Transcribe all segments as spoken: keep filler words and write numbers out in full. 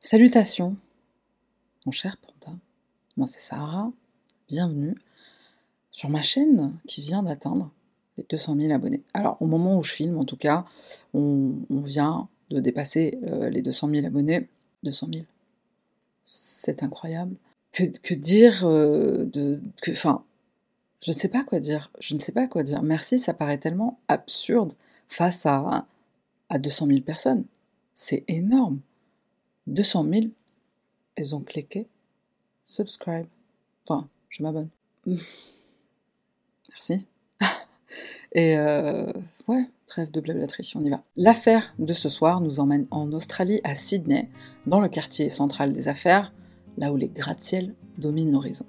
Salutations, mon cher panda. Moi c'est Sahara, bienvenue sur ma chaîne qui vient d'atteindre les deux cent mille abonnés. Alors au moment où je filme en tout cas, on, on vient de dépasser euh, les deux cent mille abonnés. deux cent mille, c'est incroyable. Que, que dire euh, de... que, Enfin, je ne sais pas quoi dire, je ne sais pas quoi dire. Merci, ça paraît tellement absurde face à, à deux cent mille personnes. C'est énorme. deux cent mille, elles ont cliqué subscribe. Enfin, je m'abonne. Merci. Et euh, ouais, trêve de blablaterie, on y va. L'affaire de ce soir nous emmène en Australie, à Sydney, dans le quartier central des affaires, là où les gratte-ciels dominent l'horizon.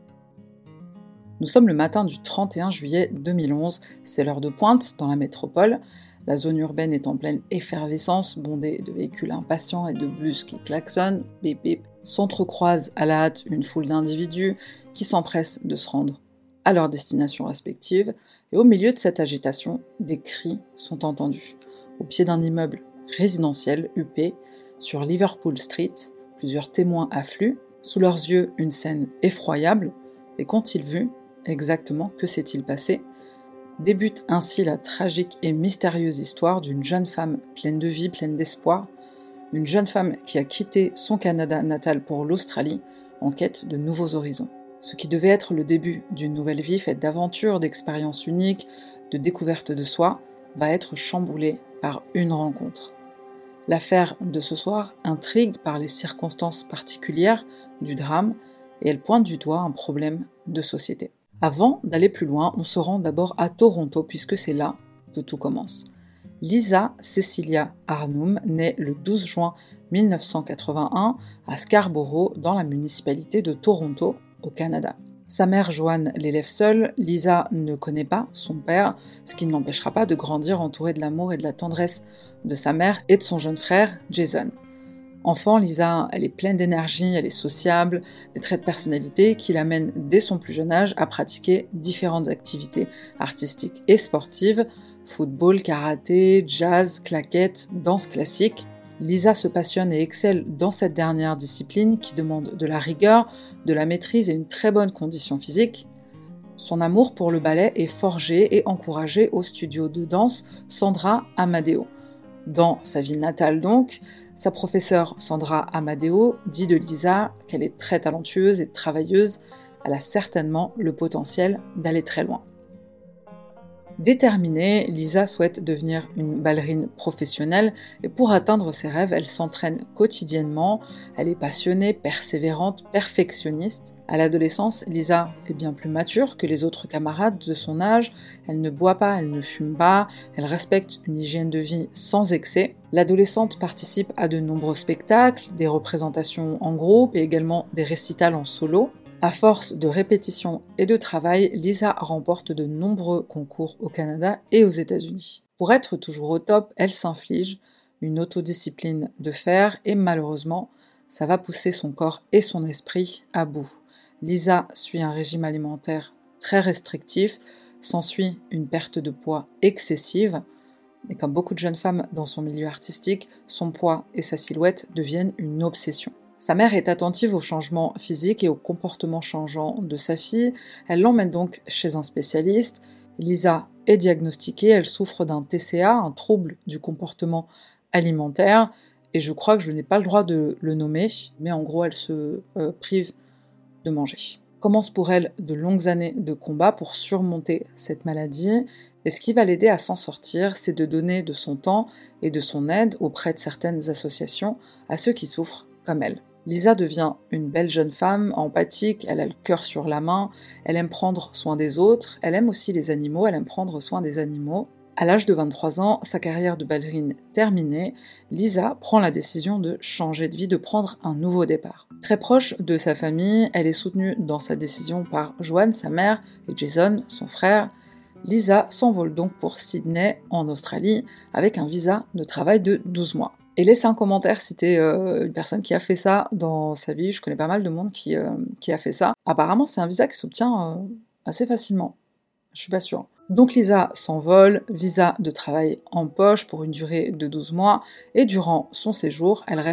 Nous sommes le matin du trente et un juillet deux mille onze, c'est l'heure de pointe dans la métropole. La zone urbaine est en pleine effervescence, bondée de véhicules impatients et de bus qui klaxonnent, bip bip. S'entrecroisent à la hâte une foule d'individus qui s'empressent de se rendre à leur destination respective, et au milieu de cette agitation, des cris sont entendus. Au pied d'un immeuble résidentiel huppé, sur Liverpool Street, plusieurs témoins affluent, sous leurs yeux une scène effroyable, et qu'ont-ils vu? Exactement, que s'est-il passé? Débute ainsi la tragique et mystérieuse histoire d'une jeune femme pleine de vie, pleine d'espoir, une jeune femme qui a quitté son Canada natal pour l'Australie en quête de nouveaux horizons. Ce qui devait être le début d'une nouvelle vie faite d'aventures, d'expériences uniques, de découvertes de soi, va être chamboulé par une rencontre. L'affaire de ce soir intrigue par les circonstances particulières du drame et elle pointe du doigt un problème de société. Avant d'aller plus loin, on se rend d'abord à Toronto puisque c'est là que tout commence. Lisa Cecilia Arnum naît le douze juin mille neuf cent quatre-vingt-un à Scarborough, dans la municipalité de Toronto, au Canada. Sa mère Joanne l'élève seule, Lisa ne connaît pas son père, ce qui ne l'empêchera pas de grandir entourée de l'amour et de la tendresse de sa mère et de son jeune frère Jason. Enfant, Lisa, elle est pleine d'énergie, elle est sociable, des traits de personnalité qui l'amènent dès son plus jeune âge à pratiquer différentes activités artistiques et sportives, football, karaté, jazz, claquettes, danse classique. Lisa se passionne et excelle dans cette dernière discipline qui demande de la rigueur, de la maîtrise et une très bonne condition physique. Son amour pour le ballet est forgé et encouragé au studio de danse Sandra Amadeo. Dans sa ville natale donc, sa professeure Sandra Amadeo dit de Lisa qu'elle est très talentueuse et travailleuse, elle a certainement le potentiel d'aller très loin. Déterminée, Lisa souhaite devenir une ballerine professionnelle et pour atteindre ses rêves, elle s'entraîne quotidiennement, elle est passionnée, persévérante, perfectionniste. À l'adolescence, Lisa est bien plus mature que les autres camarades de son âge, elle ne boit pas, elle ne fume pas, elle respecte une hygiène de vie sans excès. L'adolescente participe à de nombreux spectacles, des représentations en groupe et également des récitals en solo. À force de répétition et de travail, Lisa remporte de nombreux concours au Canada et aux États-Unis. Pour être toujours au top, elle s'inflige une autodiscipline de fer et malheureusement, ça va pousser son corps et son esprit à bout. Lisa suit un régime alimentaire très restrictif, s'ensuit une perte de poids excessive, et comme beaucoup de jeunes femmes dans son milieu artistique, son poids et sa silhouette deviennent une obsession. Sa mère est attentive aux changements physiques et aux comportements changeants de sa fille, elle l'emmène donc chez un spécialiste. Lisa est diagnostiquée, elle souffre d'un T C A, un trouble du comportement alimentaire, et je crois que je n'ai pas le droit de le nommer, mais en gros elle se euh, prive de manger. Commence pour elle de longues années de combat pour surmonter cette maladie, et ce qui va l'aider à s'en sortir, c'est de donner de son temps et de son aide auprès de certaines associations à ceux qui souffrent comme elle. Lisa devient une belle jeune femme, empathique, elle a le cœur sur la main, elle aime prendre soin des autres, elle aime aussi les animaux, elle aime prendre soin des animaux. À l'âge de vingt-trois ans, sa carrière de ballerine terminée, Lisa prend la décision de changer de vie, de prendre un nouveau départ. Très proche de sa famille, elle est soutenue dans sa décision par Joanne, sa mère, et Jason, son frère. Lisa s'envole donc pour Sydney, en Australie, avec un visa de travail de douze mois. Et laisse un commentaire si t'es euh, une personne qui a fait ça dans sa vie. Je connais pas mal de monde qui, euh, qui a fait ça. Apparemment, c'est un visa qui s'obtient euh, assez facilement. Je suis pas sûre. Donc Lisa s'envole, visa de travail en poche pour une durée de douze mois, et durant son séjour, elle reste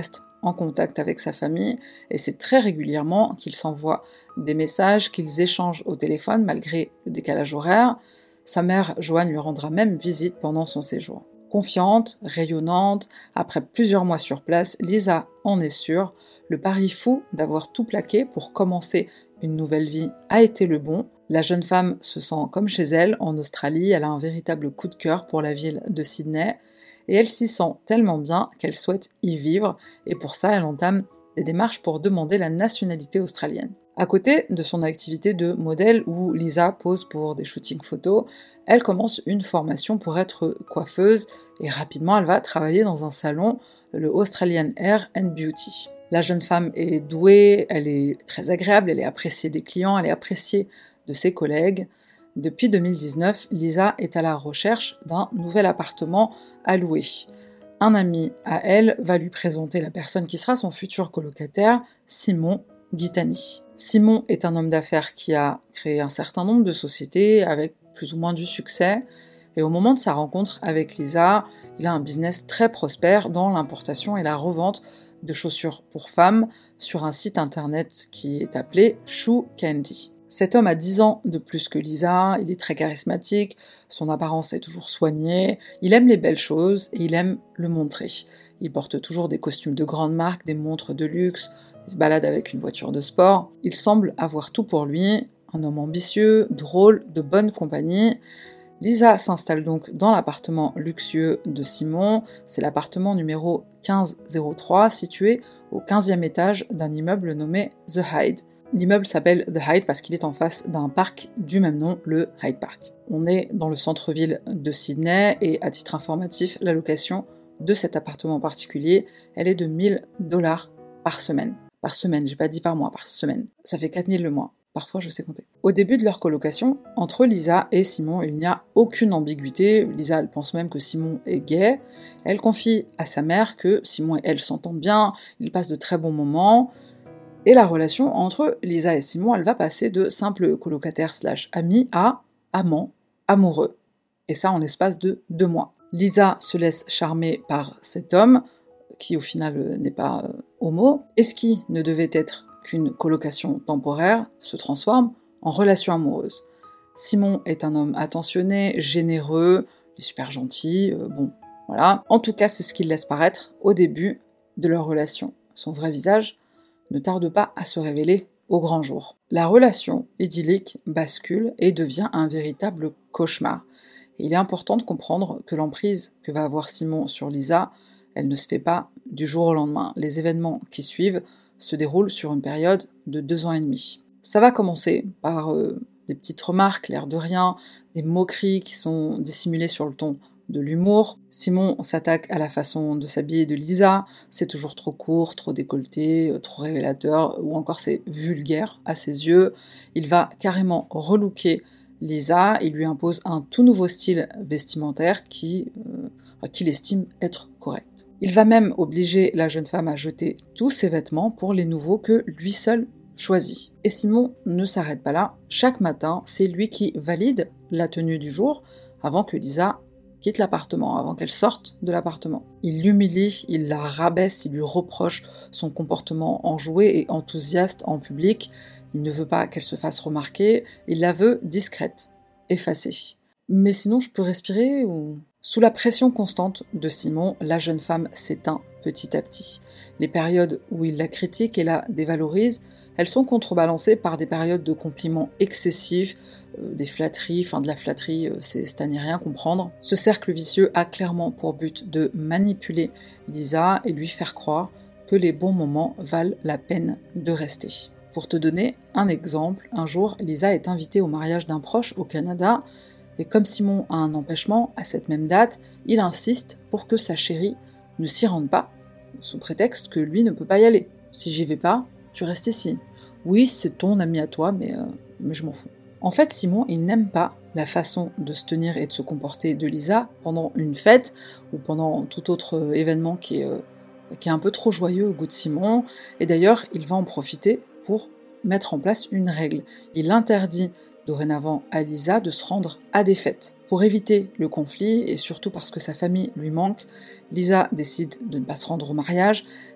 en contact avec sa famille, et c'est très régulièrement qu'ils s'envoient des messages, qu'ils échangent au téléphone malgré le décalage horaire. Sa mère, Joanne, lui rendra même visite pendant son séjour. Confiante, rayonnante, après plusieurs mois sur place, Lisa en est sûre, le pari fou d'avoir tout plaqué pour commencer une nouvelle vie a été le bon. La jeune femme se sent comme chez elle en Australie, elle a un véritable coup de cœur pour la ville de Sydney, et elle s'y sent tellement bien qu'elle souhaite y vivre, et pour ça elle entame des démarches pour demander la nationalité australienne. À côté de son activité de modèle où Lisa pose pour des shootings photos, elle commence une formation pour être coiffeuse et rapidement elle va travailler dans un salon, le Australian Hair and Beauty. La jeune femme est douée, elle est très agréable, elle est appréciée des clients, elle est appréciée de ses collègues. Depuis deux mille dix-neuf, Lisa est à la recherche d'un nouvel appartement à louer. Un ami à elle va lui présenter la personne qui sera son futur colocataire, Simon Gitani. Simon est un homme d'affaires qui a créé un certain nombre de sociétés avec plus ou moins du succès, et au moment de sa rencontre avec Lisa, il a un business très prospère dans l'importation et la revente de chaussures pour femmes sur un site internet qui est appelé Shoe Candy. Cet homme a dix ans de plus que Lisa, il est très charismatique, son apparence est toujours soignée, il aime les belles choses et il aime le montrer. Il porte toujours des costumes de grande marque, des montres de luxe, il se balade avec une voiture de sport. Il semble avoir tout pour lui, un homme ambitieux, drôle, de bonne compagnie. Lisa s'installe donc dans l'appartement luxueux de Simon, c'est l'appartement numéro quinze zéro trois, situé au quinzième étage d'un immeuble nommé The Hyde. L'immeuble s'appelle The Hyde parce qu'il est en face d'un parc du même nom, le Hyde Park. On est dans le centre-ville de Sydney et à titre informatif, la location de cet appartement particulier, elle est de mille dollars par semaine. Par semaine, j'ai pas dit par mois, par semaine. Ça fait quatre mille le mois. Parfois, je sais compter. Au début de leur colocation, entre Lisa et Simon, il n'y a aucune ambiguïté. Lisa, elle pense même que Simon est gay. Elle confie à sa mère que Simon et elle s'entendent bien, ils passent de très bons moments. Et la relation entre Lisa et Simon, elle va passer de simple colocataire slash ami à amant, amoureux. Et ça en l'espace de deux mois. Lisa se laisse charmer par cet homme, qui au final n'est pas homo, et ce qui ne devait être qu'une colocation temporaire se transforme en relation amoureuse. Simon est un homme attentionné, généreux, il est super gentil, euh, bon, voilà. En tout cas, c'est ce qu'il laisse paraître au début de leur relation. Son vrai visage ne tarde pas à se révéler au grand jour. La relation idyllique bascule et devient un véritable cauchemar. Et il est important de comprendre que l'emprise que va avoir Simon sur Lisa, elle ne se fait pas du jour au lendemain. Les événements qui suivent se déroulent sur une période de deux ans et demi. Ça va commencer par euh, des petites remarques, l'air de rien, des moqueries qui sont dissimulées sur le ton de l'humour. Simon s'attaque à la façon de s'habiller de Lisa, c'est toujours trop court, trop décolleté, trop révélateur, ou encore c'est vulgaire à ses yeux. Il va carrément relooker Lisa, il lui impose un tout nouveau style vestimentaire qui, euh, qu'il estime être correct. Il va même obliger la jeune femme à jeter tous ses vêtements pour les nouveaux que lui seul choisit. Et Simon ne s'arrête pas là, chaque matin, c'est lui qui valide la tenue du jour avant que Lisa quitte l'appartement, avant qu'elle sorte de l'appartement. Il l'humilie, il la rabaisse, il lui reproche son comportement enjoué et enthousiaste en public. Il ne veut pas qu'elle se fasse remarquer, il la veut discrète, effacée. Mais sinon, je peux respirer ou... Sous la pression constante de Simon, la jeune femme s'éteint petit à petit. Les périodes où il la critique et la dévalorise, elles sont contrebalancées par des périodes de compliments excessifs, euh, des flatteries, enfin de la flatterie, euh, c'est, c'est à n'y rien comprendre. Ce cercle vicieux a clairement pour but de manipuler Lisa et lui faire croire que les bons moments valent la peine de rester. Pour te donner un exemple, un jour, Lisa est invitée au mariage d'un proche au Canada, et comme Simon a un empêchement à cette même date, il insiste pour que sa chérie ne s'y rende pas, sous prétexte que lui ne peut pas y aller. Si j'y vais pas, tu restes ici. Oui, c'est ton ami à toi, mais, euh, mais je m'en fous. En fait, Simon, il n'aime pas la façon de se tenir et de se comporter de Lisa pendant une fête ou pendant tout autre événement qui est, euh, qui est un peu trop joyeux au goût de Simon. Et d'ailleurs, il va en profiter pour mettre en place une règle. Il interdit dorénavant à Lisa de se rendre à des fêtes. Pour éviter le conflit, et surtout parce que sa famille lui manque, Lisa décide de ne pas se rendre au mariage,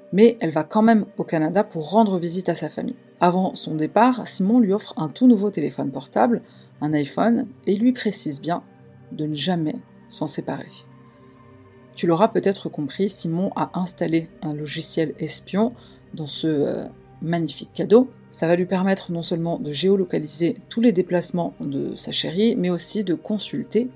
mais elle va quand même au Canada pour rendre visite à sa famille. Avant son départ, Simon lui offre un tout nouveau téléphone portable, un iPhone, et lui précise bien de ne jamais s'en séparer. Tu l'auras peut-être compris, Simon a installé un logiciel espion dans ce euh, magnifique cadeau. Ça va lui permettre non seulement de géolocaliser tous les déplacements de sa chérie, mais aussi de consulter.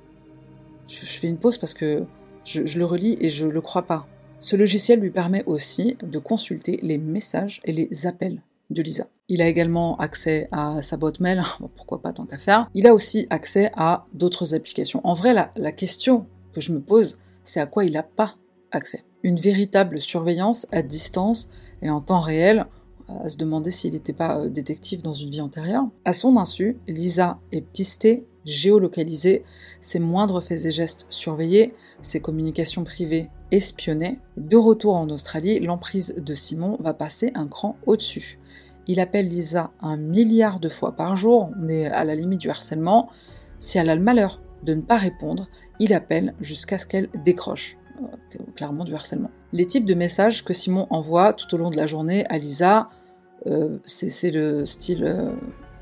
Je, je fais une pause parce que je, je le relis et je le crois pas. Ce logiciel lui permet aussi de consulter les messages et les appels de Lisa. Il a également accès à sa boîte mail, pourquoi pas tant qu'à faire. Il a aussi accès à d'autres applications. En vrai, la, la question que je me pose, c'est à quoi il n'a pas accès. Une véritable surveillance à distance et en temps réel, à se demander s'il n'était pas détective dans une vie antérieure. À son insu, Lisa est pistée, géolocalisée, ses moindres faits et gestes surveillés, ses communications privées espionnées. De retour en Australie, l'emprise de Simon va passer un cran au-dessus. Il appelle Lisa un milliard de fois par jour, on est à la limite du harcèlement. Si elle a le malheur de ne pas répondre, il appelle jusqu'à ce qu'elle décroche. Euh, clairement du harcèlement. Les types de messages que Simon envoie tout au long de la journée à Lisa, euh, c'est, c'est le style euh...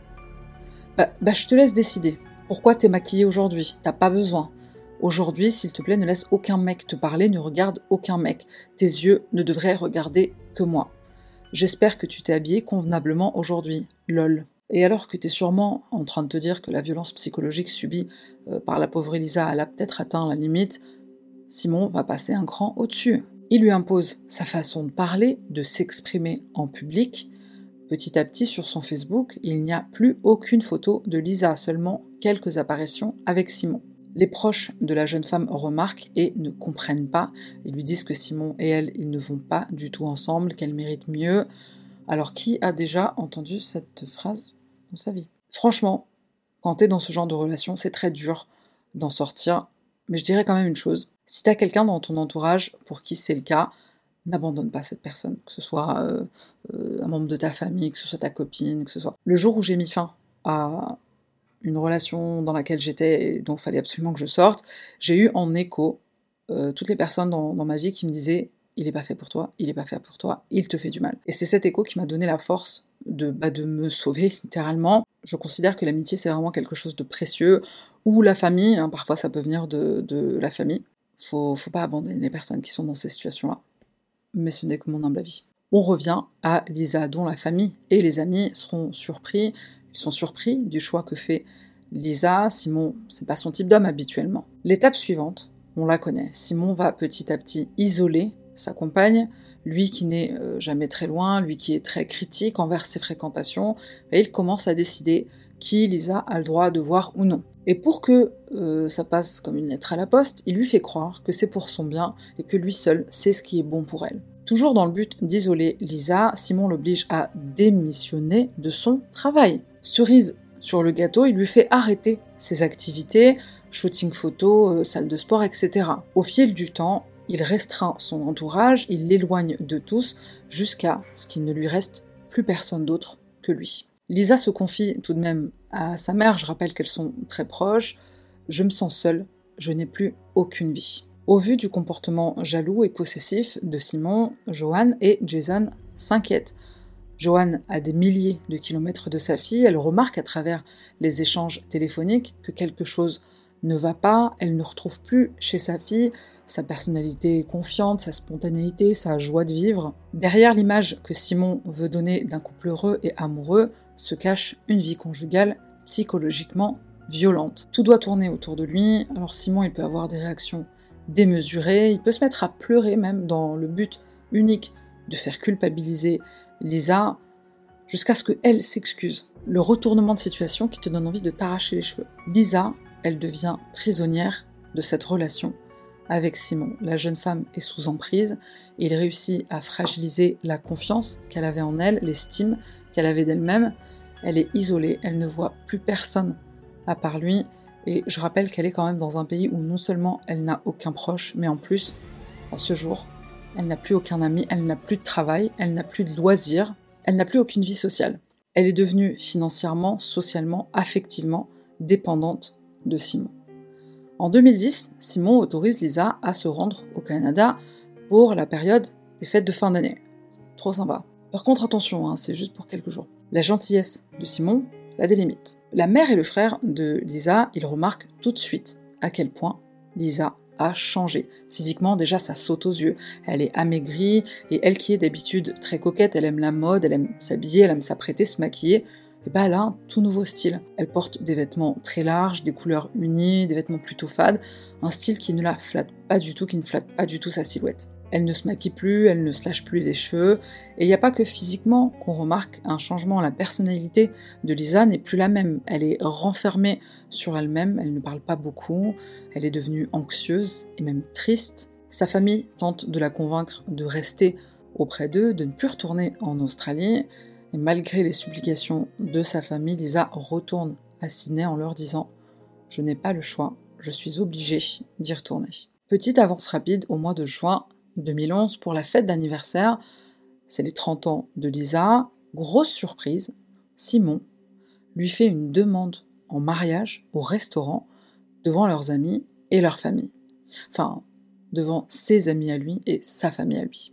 bah, bah je te laisse décider. Pourquoi t'es maquillée aujourd'hui? T'as pas besoin. Aujourd'hui, s'il te plaît, ne laisse aucun mec te parler, ne regarde aucun mec. Tes yeux ne devraient regarder que moi. J'espère que tu t'es habillée convenablement aujourd'hui. Lol. Et alors que t'es sûrement en train de te dire que la violence psychologique subie euh, par la pauvre Elisa, elle a peut-être atteint la limite, Simon va passer un cran au-dessus. Il lui impose sa façon de parler, de s'exprimer en public. Petit à petit, sur son Facebook, il n'y a plus aucune photo de Lisa, seulement quelques apparitions avec Simon. Les proches de la jeune femme remarquent et ne comprennent pas. Ils lui disent que Simon et elle, ils ne vont pas du tout ensemble, qu'elle mérite mieux. Alors qui a déjà entendu cette phrase dans sa vie? Franchement, quand t'es dans ce genre de relation, c'est très dur d'en sortir. Mais je dirais quand même une chose. Si t'as quelqu'un dans ton entourage pour qui c'est le cas, n'abandonne pas cette personne. Que ce soit euh, euh, un membre de ta famille, que ce soit ta copine, que ce soit... Le jour où j'ai mis fin à une relation dans laquelle j'étais et dont il fallait absolument que je sorte, j'ai eu en écho euh, toutes les personnes dans, dans ma vie qui me disaient « il est pas fait pour toi, il est pas fait pour toi, il te fait du mal ». Et c'est cet écho qui m'a donné la force de, bah, de me sauver, littéralement. Je considère que l'amitié, c'est vraiment quelque chose de précieux, ou la famille, hein, parfois ça peut venir de, de la famille. Faut, faut pas abandonner les personnes qui sont dans ces situations-là. Mais ce n'est que mon humble avis. On revient à Lisa, dont la famille et les amis seront surpris. Ils sont surpris du choix que fait Lisa. Simon, c'est pas son type d'homme habituellement. L'étape suivante, on la connaît. Simon va petit à petit isoler sa compagne, lui qui n'est euh, jamais très loin, lui qui est très critique envers ses fréquentations, et il commence à décider qui Lisa a le droit de voir ou non. Et pour que euh, ça passe comme une lettre à la poste, il lui fait croire que c'est pour son bien et que lui seul sait ce qui est bon pour elle. Toujours dans le but d'isoler Lisa, Simon l'oblige à démissionner de son travail. Cerise sur le gâteau, il lui fait arrêter ses activités, shooting photo, euh, salle de sport, et cetera. Au fil du temps, il restreint son entourage, il l'éloigne de tous, jusqu'à ce qu'il ne lui reste plus personne d'autre que lui. Lisa se confie tout de même à sa mère, je rappelle qu'elles sont très proches. « Je me sens seule, je n'ai plus aucune vie ». Au vu du comportement jaloux et possessif de Simon, Joanne et Jason s'inquiètent. Joanne a des milliers de kilomètres de sa fille, elle remarque à travers les échanges téléphoniques que quelque chose ne va pas, elle ne retrouve plus chez sa fille sa personnalité confiante, sa spontanéité, sa joie de vivre. Derrière l'image que Simon veut donner d'un couple heureux et amoureux se cache une vie conjugale psychologiquement violente. Tout doit tourner autour de lui, alors Simon il peut avoir des réactions démesurées, il peut se mettre à pleurer même dans le but unique de faire culpabiliser Lisa, jusqu'à ce qu'elle s'excuse. Le retournement de situation qui te donne envie de t'arracher les cheveux. Lisa, elle devient prisonnière de cette relation avec Simon. La jeune femme est sous emprise, et il réussit à fragiliser la confiance qu'elle avait en elle, l'estime qu'elle avait d'elle-même. Elle est isolée, elle ne voit plus personne à part lui, et je rappelle qu'elle est quand même dans un pays où non seulement elle n'a aucun proche, mais en plus, à ce jour, elle n'a plus aucun ami, elle n'a plus de travail, elle n'a plus de loisirs, elle n'a plus aucune vie sociale. Elle est devenue financièrement, socialement, affectivement dépendante de Simon. En deux mille dix, Simon autorise Lisa à se rendre au Canada pour la période des fêtes de fin d'année. Trop sympa. Par contre, attention, hein, c'est juste pour quelques jours. La gentillesse de Simon a des limites. La mère et le frère de Lisa, ils remarquent tout de suite à quel point Lisa a changé. Physiquement, déjà, ça saute aux yeux. Elle est amaigrie, et elle qui est d'habitude très coquette, elle aime la mode, elle aime s'habiller, elle aime s'apprêter, se maquiller, et ben elle a un tout nouveau style. Elle porte des vêtements très larges, des couleurs unies, des vêtements plutôt fades, un style qui ne la flatte pas du tout, qui ne flatte pas du tout sa silhouette. Elle ne se maquille plus, elle ne se lâche plus les cheveux, et il n'y a pas que physiquement qu'on remarque un changement. La personnalité de Lisa n'est plus la même, elle est renfermée sur elle-même, elle ne parle pas beaucoup, elle est devenue anxieuse et même triste. Sa famille tente de la convaincre de rester auprès d'eux, de ne plus retourner en Australie, et malgré les supplications de sa famille, Lisa retourne à Sydney en leur disant « Je n'ai pas le choix, je suis obligée d'y retourner ». Petite avance rapide, au mois de juin deux mille onze, pour la fête d'anniversaire, c'est les trente ans de Lisa, grosse surprise, Simon lui fait une demande en mariage au restaurant devant leurs amis et leur famille. Enfin, devant ses amis à lui et sa famille à lui.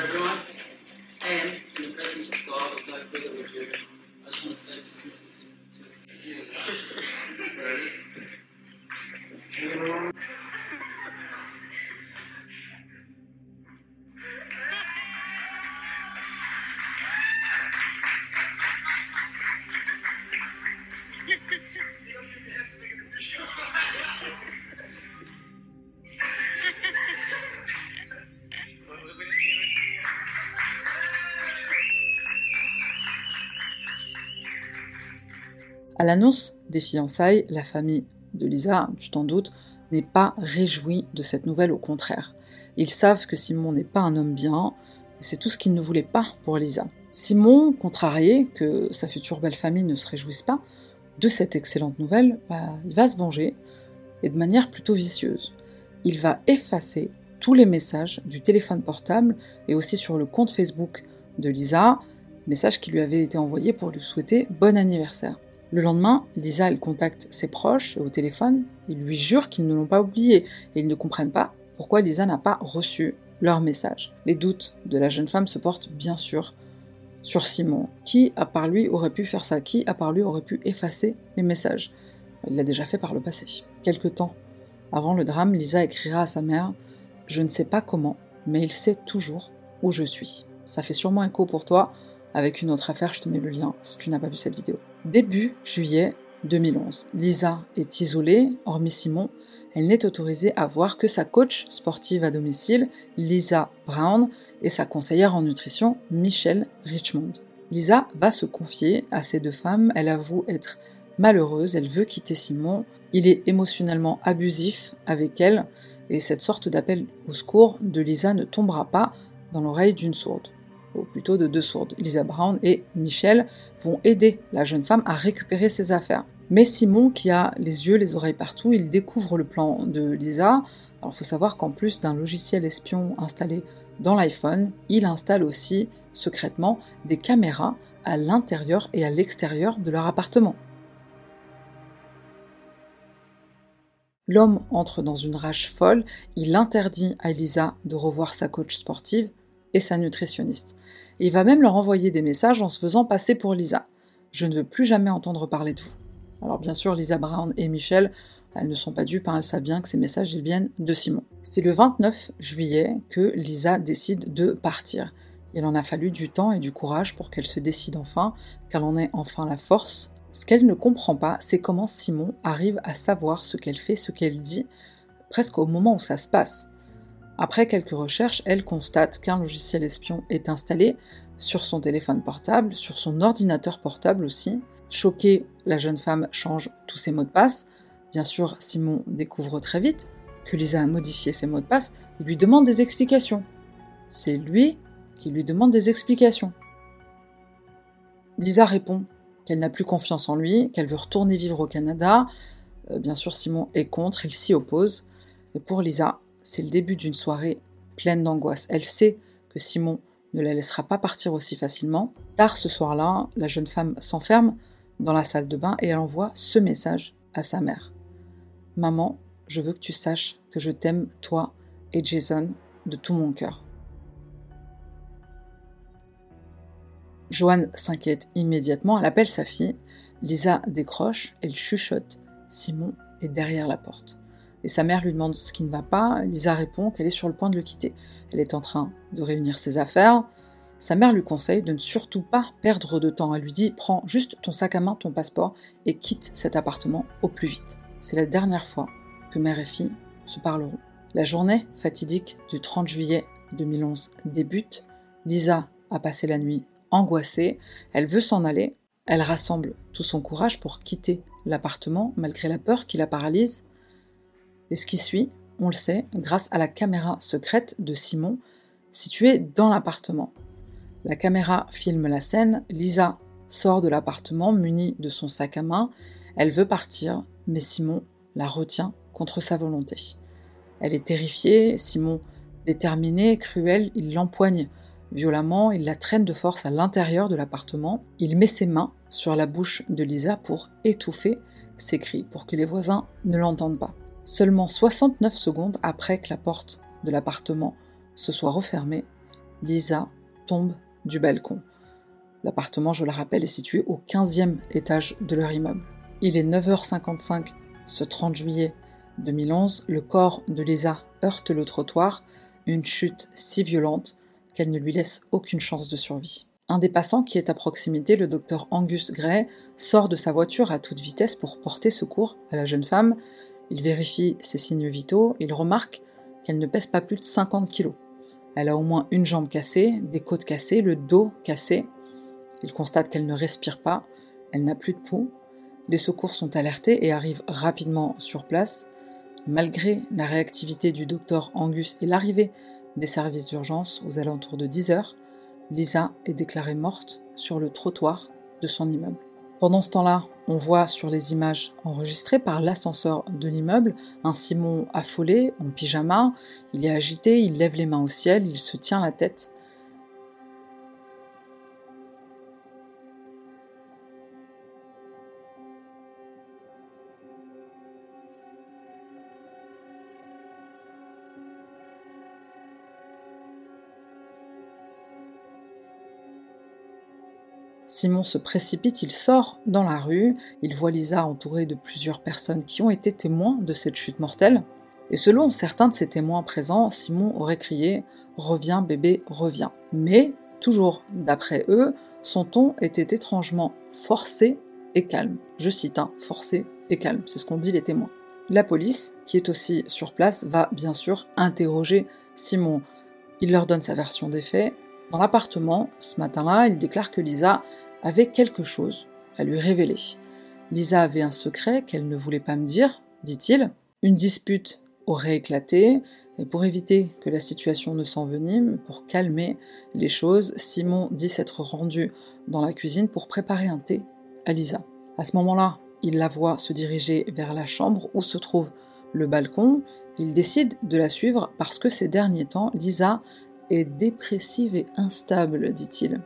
À l'annonce des fiançailles, la famille de Lisa, tu t'en doutes, n'est pas réjouie de cette nouvelle, au contraire. Ils savent que Simon n'est pas un homme bien, c'est tout ce qu'ils ne voulaient pas pour Lisa. Simon, contrarié que sa future belle famille ne se réjouisse pas de cette excellente nouvelle, bah, il va se venger, et de manière plutôt vicieuse. Il va effacer tous les messages du téléphone portable et aussi sur le compte Facebook de Lisa, messages qui lui avaient été envoyés pour lui souhaiter bon anniversaire. Le lendemain, Lisa, elle contacte ses proches au téléphone, ils lui jurent qu'ils ne l'ont pas oublié, et ils ne comprennent pas pourquoi Lisa n'a pas reçu leur message. Les doutes de la jeune femme se portent bien sûr sur Simon. Qui, à part lui, aurait pu faire ça? Qui, à part lui, aurait pu effacer les messages? Il l'a déjà fait par le passé. Quelque temps avant le drame, Lisa écrira à sa mère « Je ne sais pas comment, mais il sait toujours où je suis. » Ça fait sûrement écho pour toi avec une autre affaire, je te mets le lien si tu n'as pas vu cette vidéo. Début juillet deux mille onze, Lisa est isolée, hormis Simon, elle n'est autorisée à voir que sa coach sportive à domicile, Lisa Brown, et sa conseillère en nutrition, Michelle Richmond. Lisa va se confier à ces deux femmes, elle avoue être malheureuse, elle veut quitter Simon, il est émotionnellement abusif avec elle, et cette sorte d'appel au secours de Lisa ne tombera pas dans l'oreille d'une sourde, ou plutôt de deux sourdes. Lisa Brown et Michelle vont aider la jeune femme à récupérer ses affaires. Mais Simon, qui a les yeux, les oreilles partout, il découvre le plan de Lisa. Alors il faut savoir qu'en plus d'un logiciel espion installé dans l'iPhone, il installe aussi secrètement des caméras à l'intérieur et à l'extérieur de leur appartement. L'homme entre dans une rage folle, il interdit à Lisa de revoir sa coach sportive et sa nutritionniste. Et il va même leur envoyer des messages en se faisant passer pour Lisa. « Je ne veux plus jamais entendre parler de vous. » Alors bien sûr, Lisa Brown et Michelle, elles ne sont pas dupes, hein, elles savent bien que ces messages ils viennent de Simon. C'est le vingt-neuf juillet que Lisa décide de partir. Il en a fallu du temps et du courage pour qu'elle se décide enfin, qu'elle en ait enfin la force. Ce qu'elle ne comprend pas, c'est comment Simon arrive à savoir ce qu'elle fait, ce qu'elle dit, presque au moment où ça se passe. Après quelques recherches, elle constate qu'un logiciel espion est installé sur son téléphone portable, sur son ordinateur portable aussi. Choquée, la jeune femme change tous ses mots de passe. Bien sûr, Simon découvre très vite que Lisa a modifié ses mots de passe et lui demande des explications. C'est lui qui lui demande des explications. Lisa répond qu'elle n'a plus confiance en lui, qu'elle veut retourner vivre au Canada. Euh, bien sûr, Simon est contre, il s'y oppose. Et pour Lisa, c'est le début d'une soirée pleine d'angoisse. Elle sait que Simon ne la laissera pas partir aussi facilement. Tard ce soir-là, la jeune femme s'enferme dans la salle de bain et elle envoie ce message à sa mère. « Maman, je veux que tu saches que je t'aime, toi et Jason, de tout mon cœur. » Joanne s'inquiète immédiatement, elle appelle sa fille. Lisa décroche, elle chuchote. Simon est derrière la porte. Et sa mère lui demande ce qui ne va pas. Lisa répond qu'elle est sur le point de le quitter. Elle est en train de réunir ses affaires. Sa mère lui conseille de ne surtout pas perdre de temps. Elle lui dit « Prends juste ton sac à main, ton passeport et quitte cet appartement au plus vite. » C'est la dernière fois que mère et fille se parleront. La journée fatidique du trente juillet deux mille onze débute. Lisa a passé la nuit angoissée. Elle veut s'en aller. Elle rassemble tout son courage pour quitter l'appartement, malgré la peur qui la paralyse. Et ce qui suit, on le sait, grâce à la caméra secrète de Simon, située dans l'appartement. La caméra filme la scène, Lisa sort de l'appartement munie de son sac à main. Elle veut partir, mais Simon la retient contre sa volonté. Elle est terrifiée, Simon, déterminé, cruel, il l'empoigne violemment, il la traîne de force à l'intérieur de l'appartement. Il met ses mains sur la bouche de Lisa pour étouffer ses cris, pour que les voisins ne l'entendent pas. Seulement soixante-neuf secondes après que la porte de l'appartement se soit refermée, Lisa tombe du balcon. L'appartement, je le rappelle, est situé au quinzième étage de leur immeuble. Il est neuf heures cinquante-cinq ce trente juillet deux mille onze. Le corps de Lisa heurte le trottoir, une chute si violente qu'elle ne lui laisse aucune chance de survie. Un des passants qui est à proximité, le docteur Angus Gray, sort de sa voiture à toute vitesse pour porter secours à la jeune femme. Il vérifie ses signes vitaux, il remarque qu'elle ne pèse pas plus de cinquante kilos. Elle a au moins une jambe cassée, des côtes cassées, le dos cassé. Il constate qu'elle ne respire pas, elle n'a plus de pouls. Les secours sont alertés et arrivent rapidement sur place. Malgré la réactivité du docteur Angus et l'arrivée des services d'urgence aux alentours de dix heures, Lisa est déclarée morte sur le trottoir de son immeuble. Pendant ce temps-là, on voit sur les images enregistrées par l'ascenseur de l'immeuble un Simon affolé, en pyjama, il est agité, il lève les mains au ciel, il se tient la tête. Simon se précipite, il sort dans la rue, il voit Lisa entourée de plusieurs personnes qui ont été témoins de cette chute mortelle. Et selon certains de ces témoins présents, Simon aurait crié « Reviens bébé, reviens ». Mais, toujours d'après eux, son ton était étrangement forcé et calme. Je cite, hein, forcé et calme, c'est ce qu'ont dit les témoins. La police, qui est aussi sur place, va bien sûr interroger Simon. Il leur donne sa version des faits. Dans l'appartement, ce matin-là, il déclare que Lisa avait quelque chose à lui révéler. Lisa avait un secret qu'elle ne voulait pas me dire, dit-il. Une dispute aurait éclaté, et pour éviter que la situation ne s'envenime, pour calmer les choses, Simon dit s'être rendu dans la cuisine pour préparer un thé à Lisa. À ce moment-là, il la voit se diriger vers la chambre où se trouve le balcon. Il décide de la suivre parce que ces derniers temps, Lisa est dépressive et instable, dit-il.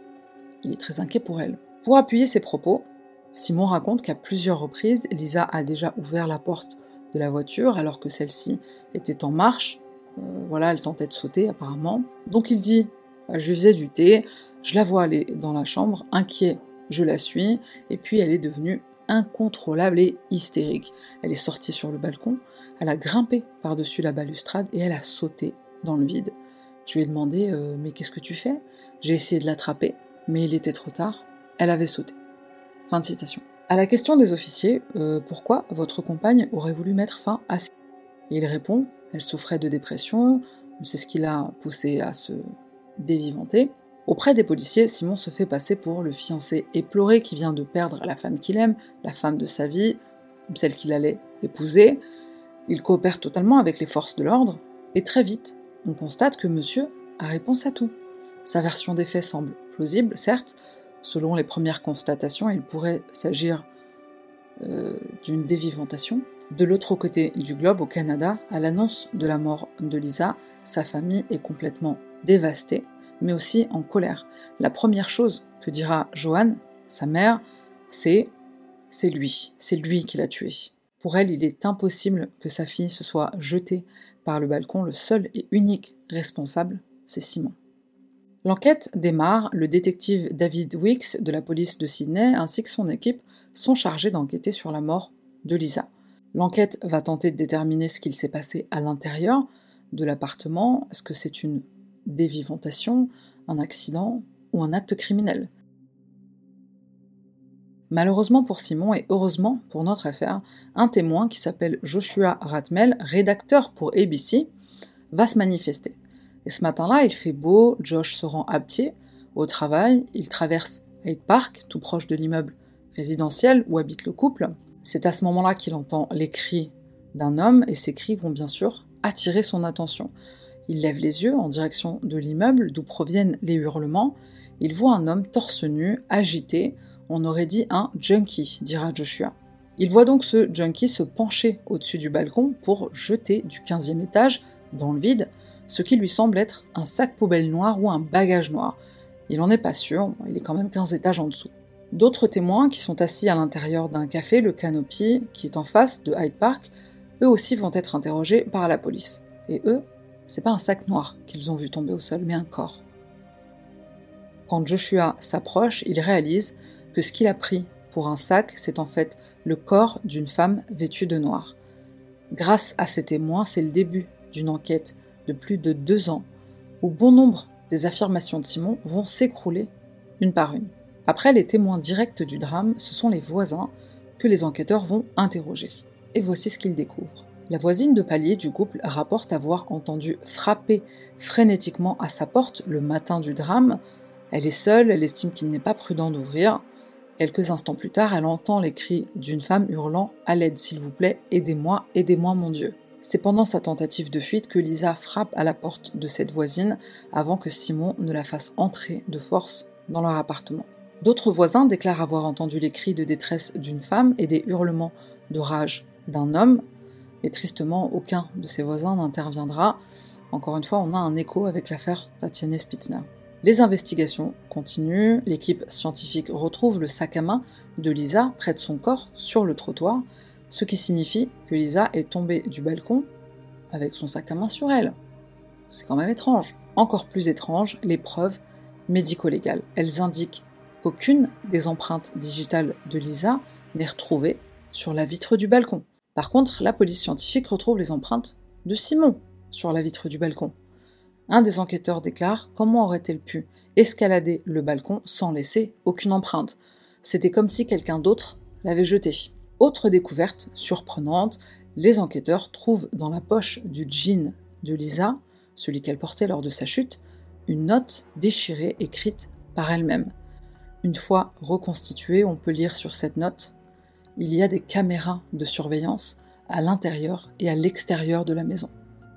Il est très inquiet pour elle. Pour appuyer ses propos, Simon raconte qu'à plusieurs reprises, Lisa a déjà ouvert la porte de la voiture alors que celle-ci était en marche. Euh, voilà, elle tentait de sauter apparemment. Donc il dit, je lui faisais du thé, je la vois aller dans la chambre, inquiet, je la suis, et puis elle est devenue incontrôlable et hystérique. Elle est sortie sur le balcon, elle a grimpé par-dessus la balustrade et elle a sauté dans le vide. Je lui ai demandé euh, « Mais qu'est-ce que tu fais ?» J'ai essayé de l'attraper, mais il était trop tard, elle avait sauté. Fin de citation. À la question des officiers, euh, pourquoi votre compagne aurait voulu mettre fin à ce... Et il répond, elle souffrait de dépression, c'est ce qui l'a poussée à se dévivanter. Auprès des policiers, Simon se fait passer pour le fiancé éploré qui vient de perdre la femme qu'il aime, la femme de sa vie, celle qu'il allait épouser. Il coopère totalement avec les forces de l'ordre, et très vite, on constate que monsieur a réponse à tout. Sa version des faits semble plausible, certes. Selon les premières constatations, il pourrait s'agir euh, d'une dévivantation. De l'autre côté du globe, au Canada, à l'annonce de la mort de Lisa, sa famille est complètement dévastée, mais aussi en colère. La première chose que dira Joanne, sa mère, c'est « c'est lui, c'est lui qui l'a tuée ». Pour elle, il est impossible que sa fille se soit jetée par le balcon, le seul et unique responsable, c'est Simon. L'enquête démarre, le détective David Weeks de la police de Sydney ainsi que son équipe sont chargés d'enquêter sur la mort de Lisa. L'enquête va tenter de déterminer ce qu'il s'est passé à l'intérieur de l'appartement. Est-ce que c'est une dévivantation, un accident ou un acte criminel? Malheureusement pour Simon et heureusement pour notre affaire, un témoin qui s'appelle Joshua Ratmel, rédacteur pour A B C, va se manifester. Et ce matin-là, il fait beau, Josh se rend à pied au travail, il traverse Hyde Park, tout proche de l'immeuble résidentiel où habite le couple. C'est à ce moment-là qu'il entend les cris d'un homme et ces cris vont bien sûr attirer son attention. Il lève les yeux en direction de l'immeuble d'où proviennent les hurlements. Il voit un homme torse nu, agité, on aurait dit un junkie, dira Joshua. Il voit donc ce junkie se pencher au-dessus du balcon pour jeter du quinzième étage dans le vide ce qui lui semble être un sac poubelle noir ou un bagage noir. Il n'en est pas sûr, il est quand même quinze étages en dessous. D'autres témoins qui sont assis à l'intérieur d'un café, le Canopy, qui est en face de Hyde Park, eux aussi vont être interrogés par la police. Et eux, c'est pas un sac noir qu'ils ont vu tomber au sol, mais un corps. Quand Joshua s'approche, il réalise que ce qu'il a pris pour un sac, c'est en fait le corps d'une femme vêtue de noir. Grâce à ces témoins, c'est le début d'une enquête de plus de deux ans, où bon nombre des affirmations de Simon vont s'écrouler une par une. Après les témoins directs du drame, ce sont les voisins que les enquêteurs vont interroger. Et voici ce qu'ils découvrent. La voisine de palier du couple rapporte avoir entendu frapper frénétiquement à sa porte le matin du drame. Elle est seule, elle estime qu'il n'est pas prudent d'ouvrir. Quelques instants plus tard, elle entend les cris d'une femme hurlant « À l'aide, s'il vous plaît, aidez-moi, aidez-moi, mon Dieu !» C'est pendant sa tentative de fuite que Lisa frappe à la porte de cette voisine avant que Simon ne la fasse entrer de force dans leur appartement. D'autres voisins déclarent avoir entendu les cris de détresse d'une femme et des hurlements de rage d'un homme, et tristement, aucun de ces voisins n'interviendra. Encore une fois, on a un écho avec l'affaire Tatiana Spitzner. Les investigations continuent, l'équipe scientifique retrouve le sac à main de Lisa près de son corps sur le trottoir, ce qui signifie que Lisa est tombée du balcon avec son sac à main sur elle. C'est quand même étrange. Encore plus étrange, les preuves médico-légales. Elles indiquent qu'aucune des empreintes digitales de Lisa n'est retrouvée sur la vitre du balcon. Par contre, la police scientifique retrouve les empreintes de Simon sur la vitre du balcon. Un des enquêteurs déclare « Comment aurait-elle pu escalader le balcon sans laisser aucune empreinte ? C'était comme si quelqu'un d'autre l'avait jeté. » Autre découverte surprenante, les enquêteurs trouvent dans la poche du jean de Lisa, celui qu'elle portait lors de sa chute, une note déchirée écrite par elle-même. Une fois reconstituée, on peut lire sur cette note « Il y a des caméras de surveillance à l'intérieur et à l'extérieur de la maison. »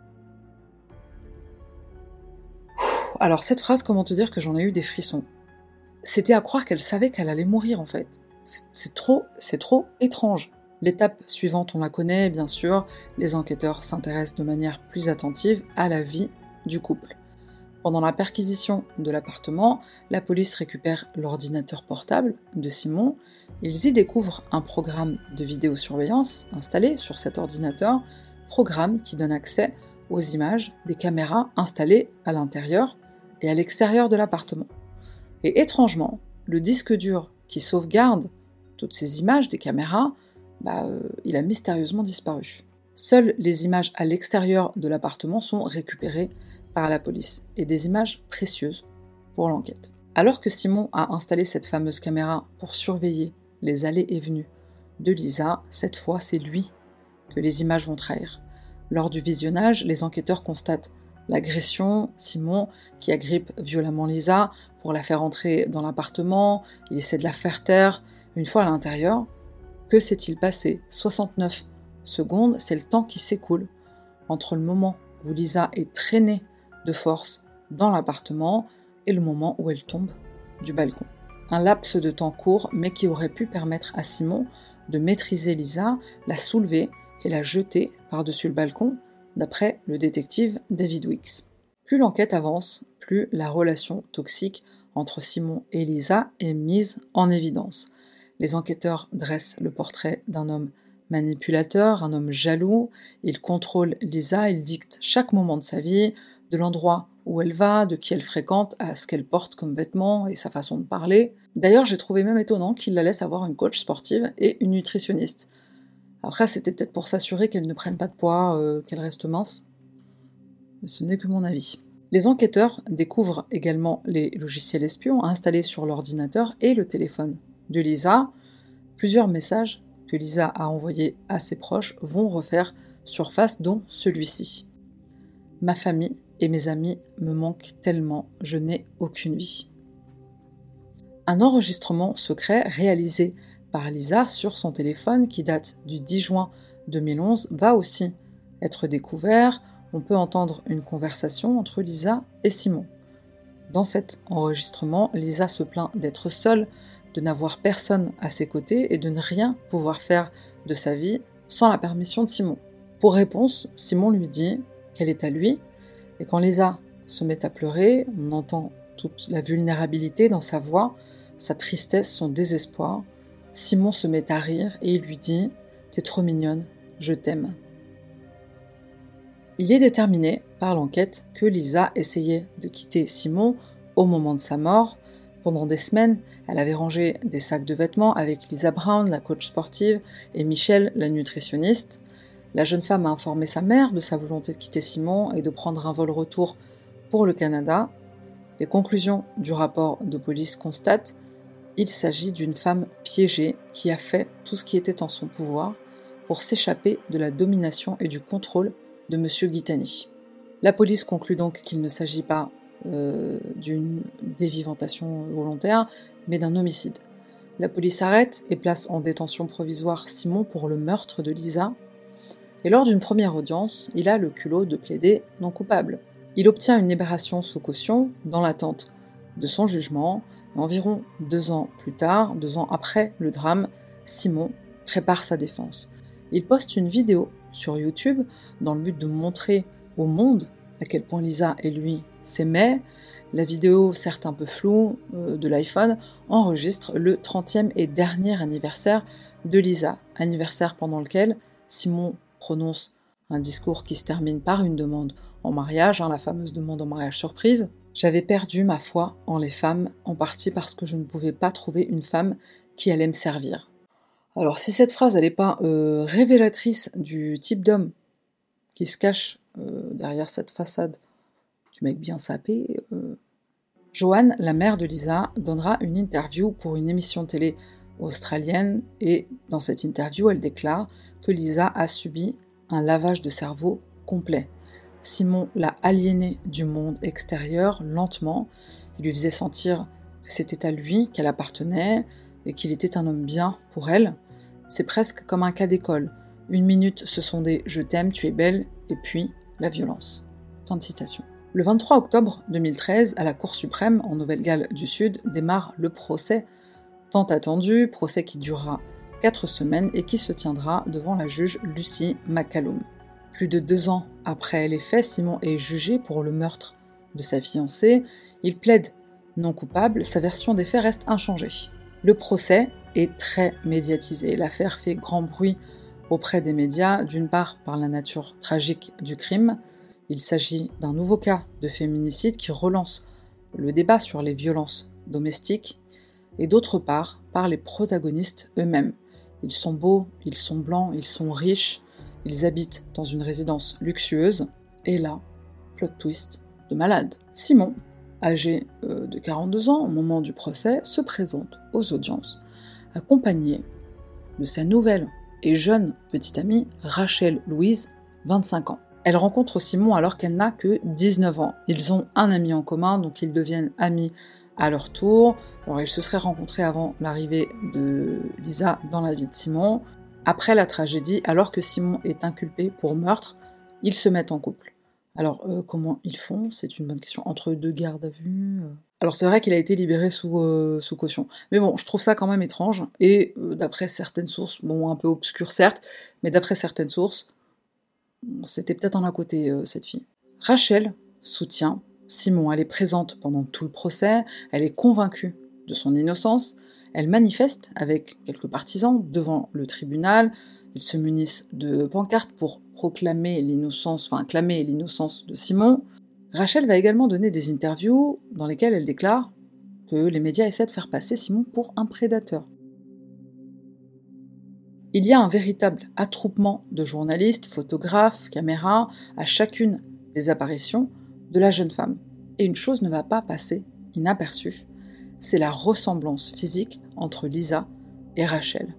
Alors cette phrase, comment te dire que j'en ai eu des frissons. C'était à croire qu'elle savait qu'elle allait mourir en fait. C'est, c'est trop, c'est trop étrange. L'étape suivante, on la connaît bien sûr, les enquêteurs s'intéressent de manière plus attentive à la vie du couple. Pendant la perquisition de l'appartement, la police récupère l'ordinateur portable de Simon. Ils y découvrent un programme de vidéosurveillance installé sur cet ordinateur, programme qui donne accès aux images des caméras installées à l'intérieur et à l'extérieur de l'appartement. Et étrangement, le disque dur qui sauvegarde toutes ces images des caméras, bah, euh, il a mystérieusement disparu. Seules les images à l'extérieur de l'appartement sont récupérées par la police, et des images précieuses pour l'enquête. Alors que Simon a installé cette fameuse caméra pour surveiller les allées et venues de Lisa, cette fois c'est lui que les images vont trahir. Lors du visionnage, les enquêteurs constatent l'agression, Simon qui agrippe violemment Lisa pour la faire entrer dans l'appartement, il essaie de la faire taire. Une fois à l'intérieur, que s'est-il passé ? soixante-neuf secondes, c'est le temps qui s'écoule entre le moment où Lisa est traînée de force dans l'appartement et le moment où elle tombe du balcon. Un laps de temps court, mais qui aurait pu permettre à Simon de maîtriser Lisa, la soulever et la jeter par-dessus le balcon, d'après le détective David Weeks. Plus l'enquête avance, plus la relation toxique entre Simon et Lisa est mise en évidence. Les enquêteurs dressent le portrait d'un homme manipulateur, un homme jaloux, il contrôle Lisa, il dicte chaque moment de sa vie, de l'endroit où elle va, de qui elle fréquente, à ce qu'elle porte comme vêtements et sa façon de parler. D'ailleurs, j'ai trouvé même étonnant qu'il la laisse avoir une coach sportive et une nutritionniste. Après, c'était peut-être pour s'assurer qu'elle ne prenne pas de poids, euh, qu'elle reste mince. Mais ce n'est que mon avis. Les enquêteurs découvrent également les logiciels espions installés sur l'ordinateur et le téléphone de Lisa. Plusieurs messages que Lisa a envoyés à ses proches vont refaire surface, dont celui-ci. « Ma famille et mes amis me manquent tellement, je n'ai aucune vie. » Un enregistrement secret réalisé par Lisa sur son téléphone qui date du dix juin deux mille onze va aussi être découvert. On peut entendre une conversation entre Lisa et Simon. Dans cet enregistrement, Lisa se plaint d'être seule, de n'avoir personne à ses côtés et de ne rien pouvoir faire de sa vie sans la permission de Simon. Pour réponse, Simon lui dit qu'elle est à lui, et quand Lisa se met à pleurer, on entend toute la vulnérabilité dans sa voix, sa tristesse, son désespoir. Simon se met à rire et il lui dit « T'es trop mignonne, je t'aime ». Il est déterminé par l'enquête que Lisa essayait de quitter Simon au moment de sa mort. Pendant des semaines, elle avait rangé des sacs de vêtements avec Lisa Brown, la coach sportive, et Michelle, la nutritionniste. La jeune femme a informé sa mère de sa volonté de quitter Simon et de prendre un vol retour pour le Canada. Les conclusions du rapport de police constatent qu'il s'agit d'une femme piégée qui a fait tout ce qui était en son pouvoir pour s'échapper de la domination et du contrôle de M. Guitani. La police conclut donc qu'il ne s'agit pas euh, d'une dévivantation volontaire, mais d'un homicide. La police arrête et place en détention provisoire Simon pour le meurtre de Lisa. Et lors d'une première audience, il a le culot de plaider non coupable. Il obtient une libération sous caution dans l'attente de son jugement. Et environ deux ans plus tard, deux ans après le drame, Simon prépare sa défense. Il poste une vidéo sur YouTube dans le but de montrer au monde à quel point Lisa et lui s'aimaient. La vidéo, certes un peu floue, euh, de l'iPhone, enregistre le trentième et dernier anniversaire de Lisa, anniversaire pendant lequel Simon prononce un discours qui se termine par une demande en mariage, hein, la fameuse demande en mariage surprise. « J'avais perdu ma foi en les femmes, en partie parce que je ne pouvais pas trouver une femme qui allait me servir. » Alors si cette phrase n'est pas euh, révélatrice du type d'homme qui se cache euh, derrière cette façade du mec bien sapé, euh... Joanne, la mère de Lisa, donnera une interview pour une émission télé australienne et dans cette interview elle déclare que Lisa a subi un lavage de cerveau complet. Simon l'a aliénée du monde extérieur lentement, il lui faisait sentir que c'était à lui qu'elle appartenait et qu'il était un homme bien pour elle. C'est presque comme un cas d'école. Une minute, ce sont des « je t'aime, tu es belle » et puis la violence. Fin de citation. Le vingt-trois octobre deux mille treize, à la Cour suprême en Nouvelle-Galles du Sud, démarre le procès tant attendu, procès qui durera quatre semaines et qui se tiendra devant la juge Lucy McCallum. Plus de deux ans après les faits, Simon est jugé pour le meurtre de sa fiancée. Il plaide non coupable, sa version des faits reste inchangée. Le procès est très médiatisé. L'affaire fait grand bruit auprès des médias, d'une part par la nature tragique du crime. Il s'agit d'un nouveau cas de féminicide qui relance le débat sur les violences domestiques, et d'autre part par les protagonistes eux-mêmes. Ils sont beaux, ils sont blancs, ils sont riches, ils habitent dans une résidence luxueuse, et là, plot twist de malade. Simon, âgé euh, de quarante-deux ans au moment du procès, se présente aux audiences, accompagné de sa nouvelle et jeune petite amie Rachel Louise, vingt-cinq ans. Elle rencontre Simon alors qu'elle n'a que dix-neuf ans. Ils ont un ami en commun, donc ils deviennent amis à leur tour. Alors ils se seraient rencontrés avant l'arrivée de Lisa dans la vie de Simon. Après la tragédie, alors que Simon est inculpé pour meurtre, ils se mettent en couple. Alors euh, comment ils font ? C'est une bonne question. Entre deux gardes à vue... Euh... Alors c'est vrai qu'il a été libéré sous, euh, sous caution. Mais bon, je trouve ça quand même étrange. Et euh, d'après certaines sources, bon un peu obscures certes, mais d'après certaines sources, c'était peut-être un à côté, euh, cette fille. Rachel soutient Simon, elle est présente pendant tout le procès, elle est convaincue de son innocence, elle manifeste avec quelques partisans devant le tribunal, ils se munissent de pancartes pour proclamer l'innocence, enfin clamer l'innocence de Simon. Rachel va également donner des interviews dans lesquelles elle déclare que les médias essaient de faire passer Simon pour un prédateur. Il y a un véritable attroupement de journalistes, photographes, caméras à chacune des apparitions de la jeune femme. Et une chose ne va pas passer inaperçue, c'est la ressemblance physique entre Lisa et Rachel.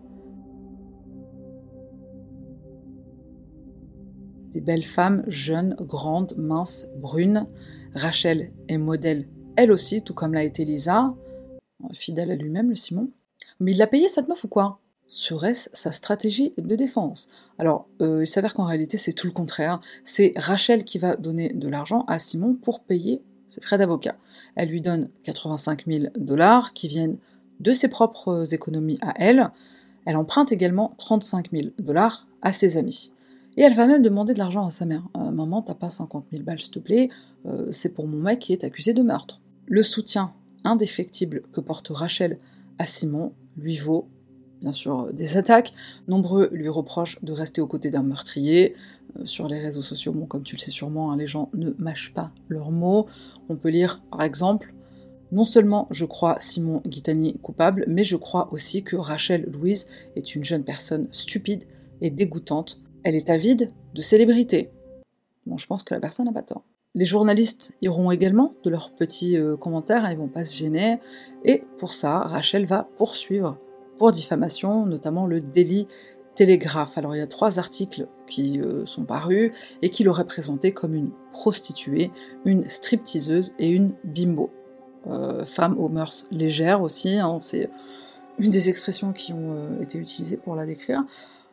Des belles femmes, jeunes, grandes, minces, brunes. Rachel est modèle, elle aussi, tout comme l'a été Lisa, fidèle à lui-même, le Simon. Mais il l'a payé cette meuf ou quoi ? Serait-ce sa stratégie de défense ? Alors, euh, il s'avère qu'en réalité, c'est tout le contraire. C'est Rachel qui va donner de l'argent à Simon pour payer ses frais d'avocat. Elle lui donne quatre-vingt-cinq mille dollars qui viennent de ses propres économies à elle. Elle emprunte également trente-cinq mille dollars à ses amis. Et elle va même demander de l'argent à sa mère. Euh, « Maman, t'as pas cinquante mille balles, s'il te plaît, euh, c'est pour mon mec qui est accusé de meurtre. » Le soutien indéfectible que porte Rachel à Simon lui vaut bien sûr des attaques. Nombreux lui reprochent de rester aux côtés d'un meurtrier. Euh, sur les réseaux sociaux, bon, comme tu le sais sûrement, hein, les gens ne mâchent pas leurs mots. On peut lire, par exemple, « Non seulement je crois Simon Guitani coupable, mais je crois aussi que Rachel Louise est une jeune personne stupide et dégoûtante. Elle est avide de célébrité. » Bon, je pense que la personne n'a pas tort. Les journalistes iront également de leurs petits euh, commentaires, hein, ils vont pas se gêner. Et pour ça, Rachel va poursuivre pour diffamation, notamment le Daily Telegraph. Alors il y a trois articles qui euh, sont parus et qui l'auraient présenté comme une prostituée, une stripteaseuse et une bimbo. Euh, femme aux mœurs légères aussi, hein, c'est une des expressions qui ont euh, été utilisées pour la décrire.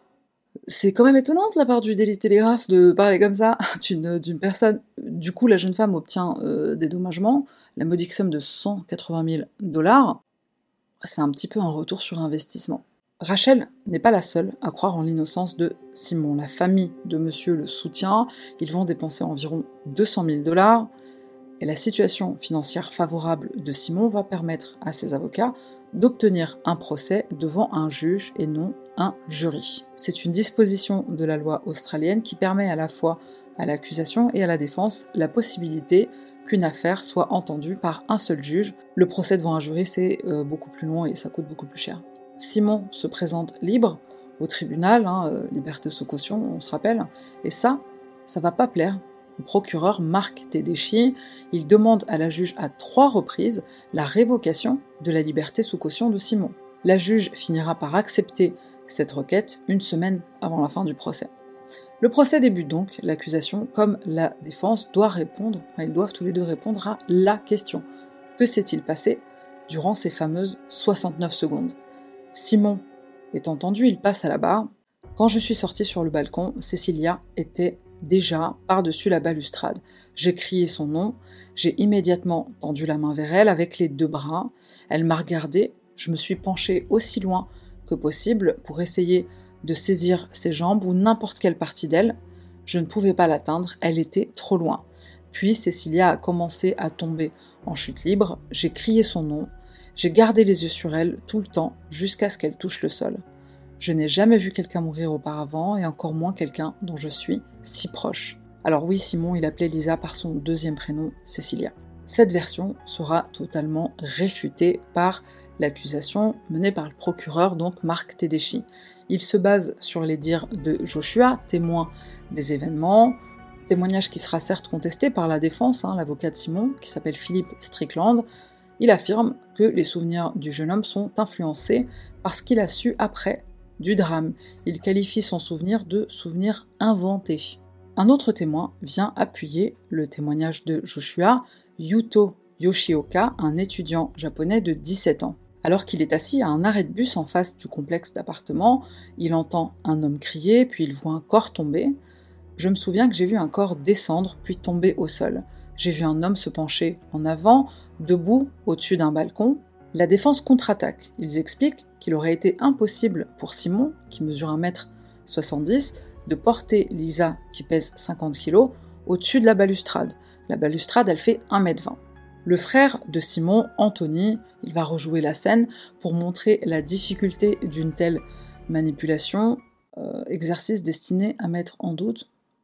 C'est quand même étonnant de la part du Daily Telegraph de parler comme ça d'une, d'une personne. Du coup, la jeune femme obtient euh, des dédommagements, la modique somme de cent quatre-vingt mille dollars. C'est un petit peu un retour sur investissement. Rachel n'est pas la seule à croire en l'innocence de Simon. La famille de monsieur le soutient, ils vont dépenser environ deux cent mille dollars, et la situation financière favorable de Simon va permettre à ses avocats d'obtenir un procès devant un juge et non un jury. C'est une disposition de la loi australienne qui permet à la fois à l'accusation et à la défense la possibilité qu'une affaire soit entendue par un seul juge. Le procès devant un jury, c'est euh, beaucoup plus long et ça coûte beaucoup plus cher. Simon se présente libre au tribunal, hein, euh, liberté sous caution, on se rappelle, et ça, ça va pas plaire. Le procureur Marc Tedeschi, il demande à la juge à trois reprises la révocation de la liberté sous caution de Simon. La juge finira par accepter cette requête une semaine avant la fin du procès. Le procès débute donc, l'accusation comme la défense doit répondre, enfin ils doivent tous les deux répondre à la question. Que s'est-il passé durant ces fameuses soixante-neuf secondes ? Simon est entendu, il passe à la barre. Quand je suis sortie sur le balcon, Cécilia était déjà par-dessus la balustrade. J'ai crié son nom, j'ai immédiatement tendu la main vers elle avec les deux bras. Elle m'a regardée, je me suis penchée aussi loin que possible pour essayer de saisir ses jambes ou n'importe quelle partie d'elle. Je ne pouvais pas l'atteindre, elle était trop loin. Puis Cécilia a commencé à tomber en chute libre, j'ai crié son nom, j'ai gardé les yeux sur elle tout le temps jusqu'à ce qu'elle touche le sol. Je n'ai jamais vu quelqu'un mourir auparavant, et encore moins quelqu'un dont je suis si proche. Alors oui, Simon, il appelait Lisa par son deuxième prénom, Cécilia. Cette version sera totalement réfutée par l'accusation menée par le procureur, donc Marc Tedeschi. Il se base sur les dires de Joshua, témoin des événements, témoignage qui sera certes contesté par la défense, hein, l'avocat de Simon, qui s'appelle Philippe Strickland. Il affirme que les souvenirs du jeune homme sont influencés par ce qu'il a su après du drame. Il qualifie son souvenir de souvenir inventé. Un autre témoin vient appuyer le témoignage de Joshua, Yuto Yoshioka, un étudiant japonais de dix-sept ans. Alors qu'il est assis à un arrêt de bus en face du complexe d'appartements, il entend un homme crier, puis il voit un corps tomber. Je me souviens que j'ai vu un corps descendre, puis tomber au sol. J'ai vu un homme se pencher en avant, debout, au-dessus d'un balcon. La défense contre-attaque. Ils expliquent qu'il aurait été impossible pour Simon, qui mesure un mètre soixante-dix, de porter Lisa, qui pèse cinquante kilos, au-dessus de la balustrade. La balustrade, elle fait un mètre vingt. Le frère de Simon, Anthony, il va rejouer la scène pour montrer la difficulté d'une telle manipulation, euh, exercice destiné à mettre en doute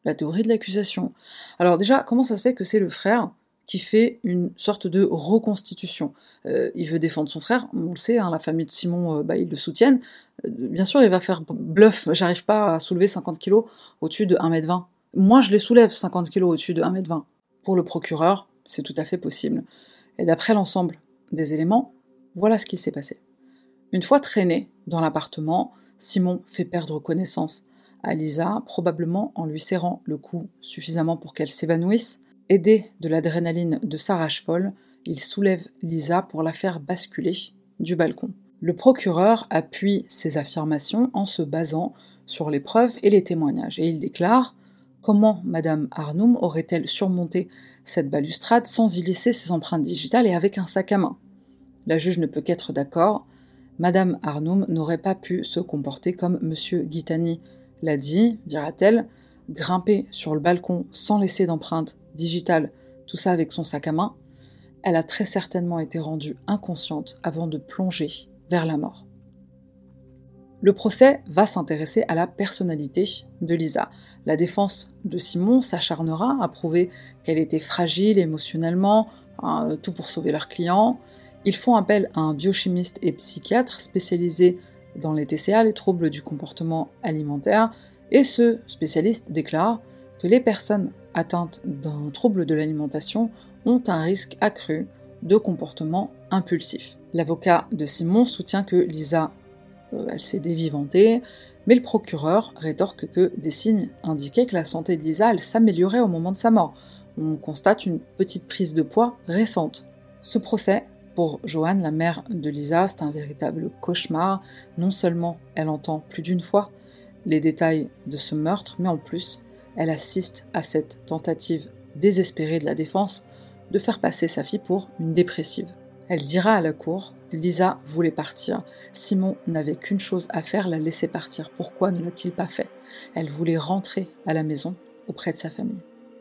la théorie de l'accusation. Alors déjà, comment ça se fait que c'est le frère qui fait une sorte de reconstitution? euh, Il veut défendre son frère, on le sait, hein, la famille de Simon, euh, bah, ils le soutiennent. Euh, bien sûr, il va faire bluff, j'arrive pas à soulever cinquante kilos au-dessus de un mètre vingt. Moi, je les soulève, cinquante kilos au-dessus de un mètre vingt. Pour le procureur, c'est tout à fait possible. Et d'après l'ensemble des éléments, voilà ce qui s'est passé. Une fois traîné dans l'appartement, Simon fait perdre connaissance à Lisa, probablement en lui serrant le cou suffisamment pour qu'elle s'évanouisse. Aidé de l'adrénaline de sa rage folle, il soulève Lisa pour la faire basculer du balcon. Le procureur appuie ses affirmations en se basant sur les preuves et les témoignages, et il déclare « Comment Madame Arnoum aurait-elle surmonté cette balustrade sans y laisser ses empreintes digitales et avec un sac à main ?» La juge ne peut qu'être d'accord. Madame Arnoum n'aurait pas pu se comporter comme Monsieur Guitani l'a dit, dira-t-elle, grimper sur le balcon sans laisser d'empreinte digitale, tout ça avec son sac à main. Elle a très certainement été rendue inconsciente avant de plonger vers la mort. Le procès va s'intéresser à la personnalité de Lisa. La défense de Simon s'acharnera à prouver qu'elle était fragile émotionnellement, hein, tout pour sauver leur client. Ils font appel à un biochimiste et psychiatre spécialisé dans les T C A, les troubles du comportement alimentaire, et ce spécialiste déclare que les personnes atteintes d'un trouble de l'alimentation ont un risque accru de comportement impulsif. L'avocat de Simon soutient que Lisa, euh, elle s'est dévivantée, mais le procureur rétorque que des signes indiquaient que la santé de Lisa, elle s'améliorait au moment de sa mort. On constate une petite prise de poids récente. Ce procès, pour Joanne, la mère de Lisa, c'est un véritable cauchemar. Non seulement elle entend plus d'une fois les détails de ce meurtre, mais en plus, elle assiste à cette tentative désespérée de la défense de faire passer sa fille pour une dépressive. Elle dira à la cour « Lisa voulait partir. Simon n'avait qu'une chose à faire, la laisser partir. Pourquoi ne l'a-t-il pas fait ? Elle voulait rentrer à la maison auprès de sa famille. »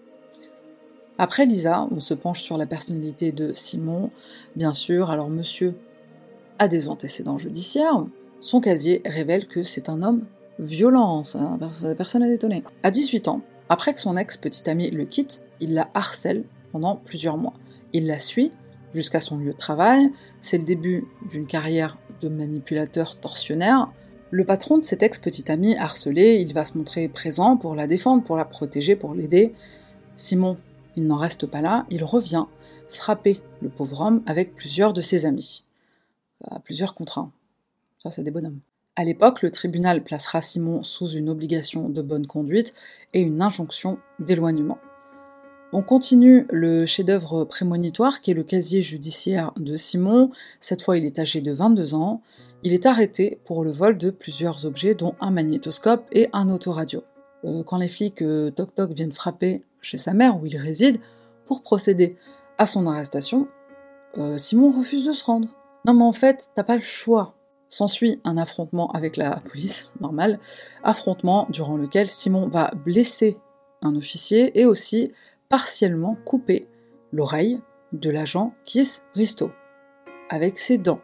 Après Lisa, on se penche sur la personnalité de Simon. Bien sûr, alors monsieur a des antécédents judiciaires. Son casier révèle que c'est un homme violent, ça, personne n'a étonné. À dix-huit ans, après que son ex-petit ami le quitte, il la harcèle pendant plusieurs mois. Il la suit jusqu'à son lieu de travail. C'est le début d'une carrière de manipulateur tortionnaire. Le patron de cet ex-petit ami harcelé, il va se montrer présent pour la défendre, pour la protéger, pour l'aider. Simon, il n'en reste pas là, il revient frapper le pauvre homme avec plusieurs de ses amis. À plusieurs contre un. Ça, c'est des bonhommes. À l'époque, le tribunal placera Simon sous une obligation de bonne conduite et une injonction d'éloignement. On continue le chef-d'œuvre prémonitoire qui est le casier judiciaire de Simon. Cette fois, il est âgé de vingt-deux ans. Il est arrêté pour le vol de plusieurs objets, dont un magnétoscope et un autoradio. Euh, quand les flics euh, toc-toc viennent frapper chez sa mère, où il réside, pour procéder à son arrestation, euh, Simon refuse de se rendre. Non mais en fait, t'as pas le choix. S'ensuit un affrontement avec la police, normal, affrontement durant lequel Simon va blesser un officier et aussi partiellement couper l'oreille de l'agent Keith Bristow, avec ses dents.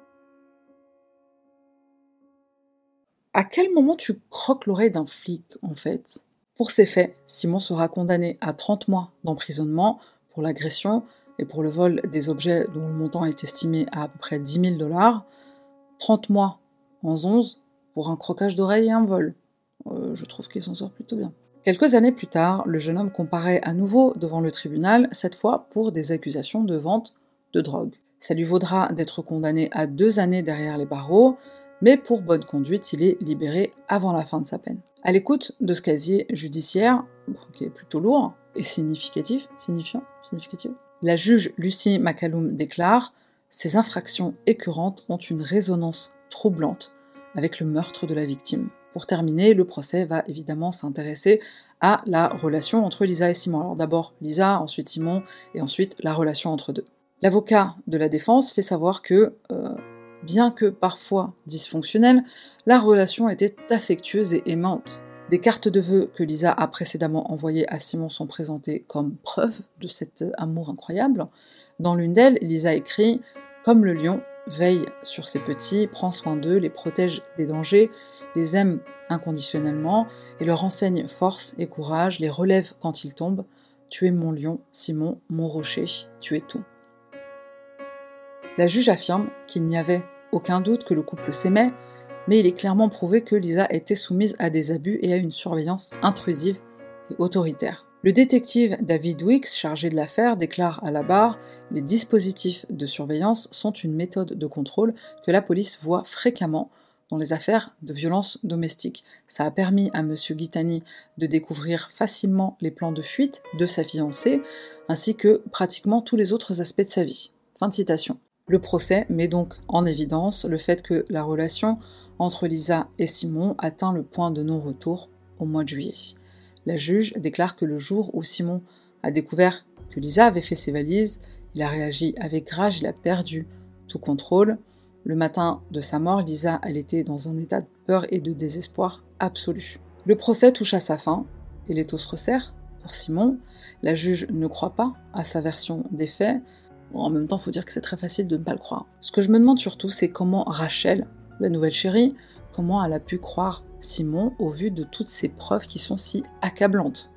À quel moment tu croques l'oreille d'un flic, en fait ? Pour ces faits, Simon sera condamné à trente mois d'emprisonnement pour l'agression et pour le vol des objets dont le montant est estimé à à peu près dix mille dollars, trente mois en onze pour un croquage d'oreille et un vol. Euh, je trouve qu'il s'en sort plutôt bien. Quelques années plus tard, le jeune homme comparaît à nouveau devant le tribunal, cette fois pour des accusations de vente de drogue. Ça lui vaudra d'être condamné à deux années derrière les barreaux, mais pour bonne conduite, il est libéré avant la fin de sa peine. À l'écoute de ce casier judiciaire, qui est plutôt lourd et significatif, signifiant, significatif, la juge Lucy McCallum déclare « Ces infractions écœurantes ont une résonance troublante avec le meurtre de la victime ». Pour terminer, le procès va évidemment s'intéresser à la relation entre Lisa et Simon. Alors d'abord Lisa, ensuite Simon, et ensuite la relation entre deux. L'avocat de la défense fait savoir que, euh, bien que parfois dysfonctionnelle, la relation était affectueuse et aimante. Des cartes de vœux que Lisa a précédemment envoyées à Simon sont présentées comme preuve de cet amour incroyable. Dans l'une d'elles, Lisa écrit « Comme le lion veille sur ses petits, prend soin d'eux, les protège des dangers, les aime inconditionnellement et leur enseigne force et courage, les relève quand ils tombent. Tu es mon lion, Simon, mon rocher, tu es tout. La juge affirme qu'il n'y avait aucun doute que le couple s'aimait, mais il est clairement prouvé que Lisa était soumise à des abus et à une surveillance intrusive et autoritaire. Le détective David Weeks, chargé de l'affaire, déclare à la barre « Les dispositifs de surveillance sont une méthode de contrôle que la police voit fréquemment dans les affaires de violence domestique. Ça a permis à M. Gitani de découvrir facilement les plans de fuite de sa fiancée, ainsi que pratiquement tous les autres aspects de sa vie. » Fin de citation. Le procès met donc en évidence le fait que la relation entre Lisa et Simon atteint le point de non-retour au mois de juillet. La juge déclare que le jour où Simon a découvert que Lisa avait fait ses valises, il a réagi avec rage, il a perdu tout contrôle. Le matin de sa mort, Lisa, elle était dans un état de peur et de désespoir absolu. Le procès touche à sa fin et l'étau se resserre pour Simon. La juge ne croit pas à sa version des faits. Bon, en même temps, il faut dire que c'est très facile de ne pas le croire. Ce que je me demande surtout, c'est comment Rachel, la nouvelle chérie, comment elle a pu croire Simon au vu de toutes ces preuves qui sont si accablantes.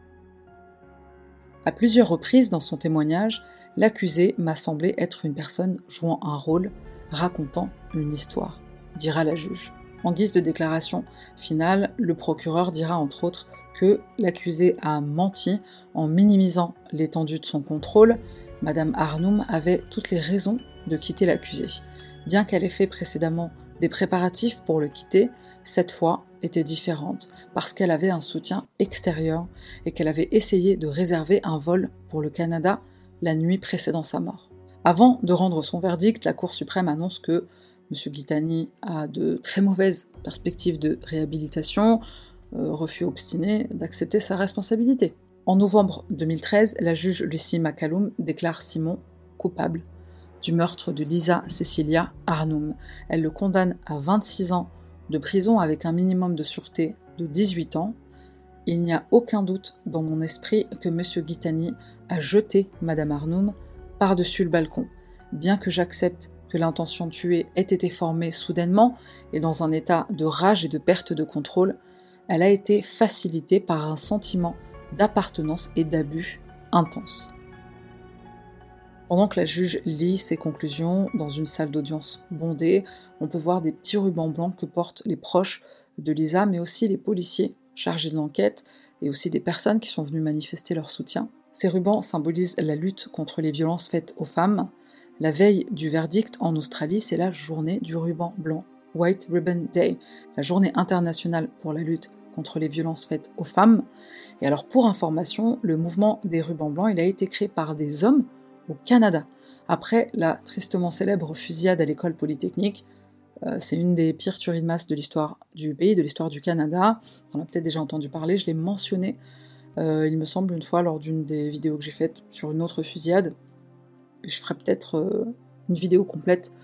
À plusieurs reprises dans son témoignage, l'accusé m'a semblé être une personne jouant un rôle, racontant une histoire, dira la juge. En guise de déclaration finale, le procureur dira entre autres que l'accusé a menti en minimisant l'étendue de son contrôle. Madame Arnoum avait toutes les raisons de quitter l'accusé. Bien qu'elle ait fait précédemment des préparatifs pour le quitter, cette fois était différente parce qu'elle avait un soutien extérieur et qu'elle avait essayé de réserver un vol pour le Canada la nuit précédant sa mort. Avant de rendre son verdict, la Cour suprême annonce que M. Gitani a de très mauvaises perspectives de réhabilitation, euh, refus obstiné d'accepter sa responsabilité. En novembre deux mille treize, la juge Lucy McCallum déclare Simon coupable du meurtre de Lisa Cecilia Arnoum. Elle le condamne à vingt-six ans de prison avec un minimum de sûreté de dix-huit ans. Il n'y a aucun doute dans mon esprit que M. Gitani a jeté Madame Arnoum par-dessus le balcon. Bien que j'accepte que l'intention de tuer ait été formée soudainement et dans un état de rage et de perte de contrôle, elle a été facilitée par un sentiment d'appartenance et d'abus intense. Pendant que la juge lit ses conclusions dans une salle d'audience bondée, on peut voir des petits rubans blancs que portent les proches de Lisa, mais aussi les policiers chargés de l'enquête et aussi des personnes qui sont venues manifester leur soutien. Ces rubans symbolisent la lutte contre les violences faites aux femmes. La veille du verdict en Australie, c'est la journée du ruban blanc, White Ribbon Day, la journée internationale pour la lutte contre les violences faites aux femmes. Et alors pour information, le mouvement des rubans blancs, il a été créé par des hommes au Canada, après la tristement célèbre fusillade à l'école polytechnique. Euh, c'est une des pires tueries de masse de l'histoire du pays, de l'histoire du Canada. On a peut-être déjà entendu parler, je l'ai mentionné, euh, il me semble, une fois lors d'une des vidéos que j'ai faites sur une autre fusillade. Je ferai peut-être euh, une vidéo complète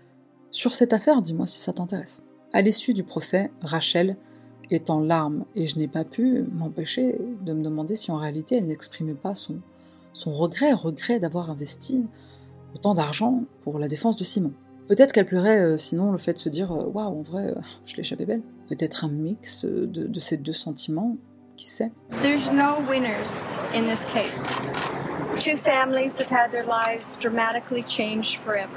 sur cette affaire, dis-moi si ça t'intéresse. À l'issue du procès, Rachel est en larmes, et je n'ai pas pu m'empêcher de me demander si en réalité elle n'exprimait pas son son regret, regret d'avoir investi autant d'argent pour la défense de Simon. Peut-être qu'elle pleurait euh, sinon le fait de se dire euh, « Waouh, en vrai, euh, je l'ai échappé belle ». Peut-être un mix euh, de, de ces deux sentiments, qui sait. There's no winners in this case. Two families have had their lives dramatically changed forever.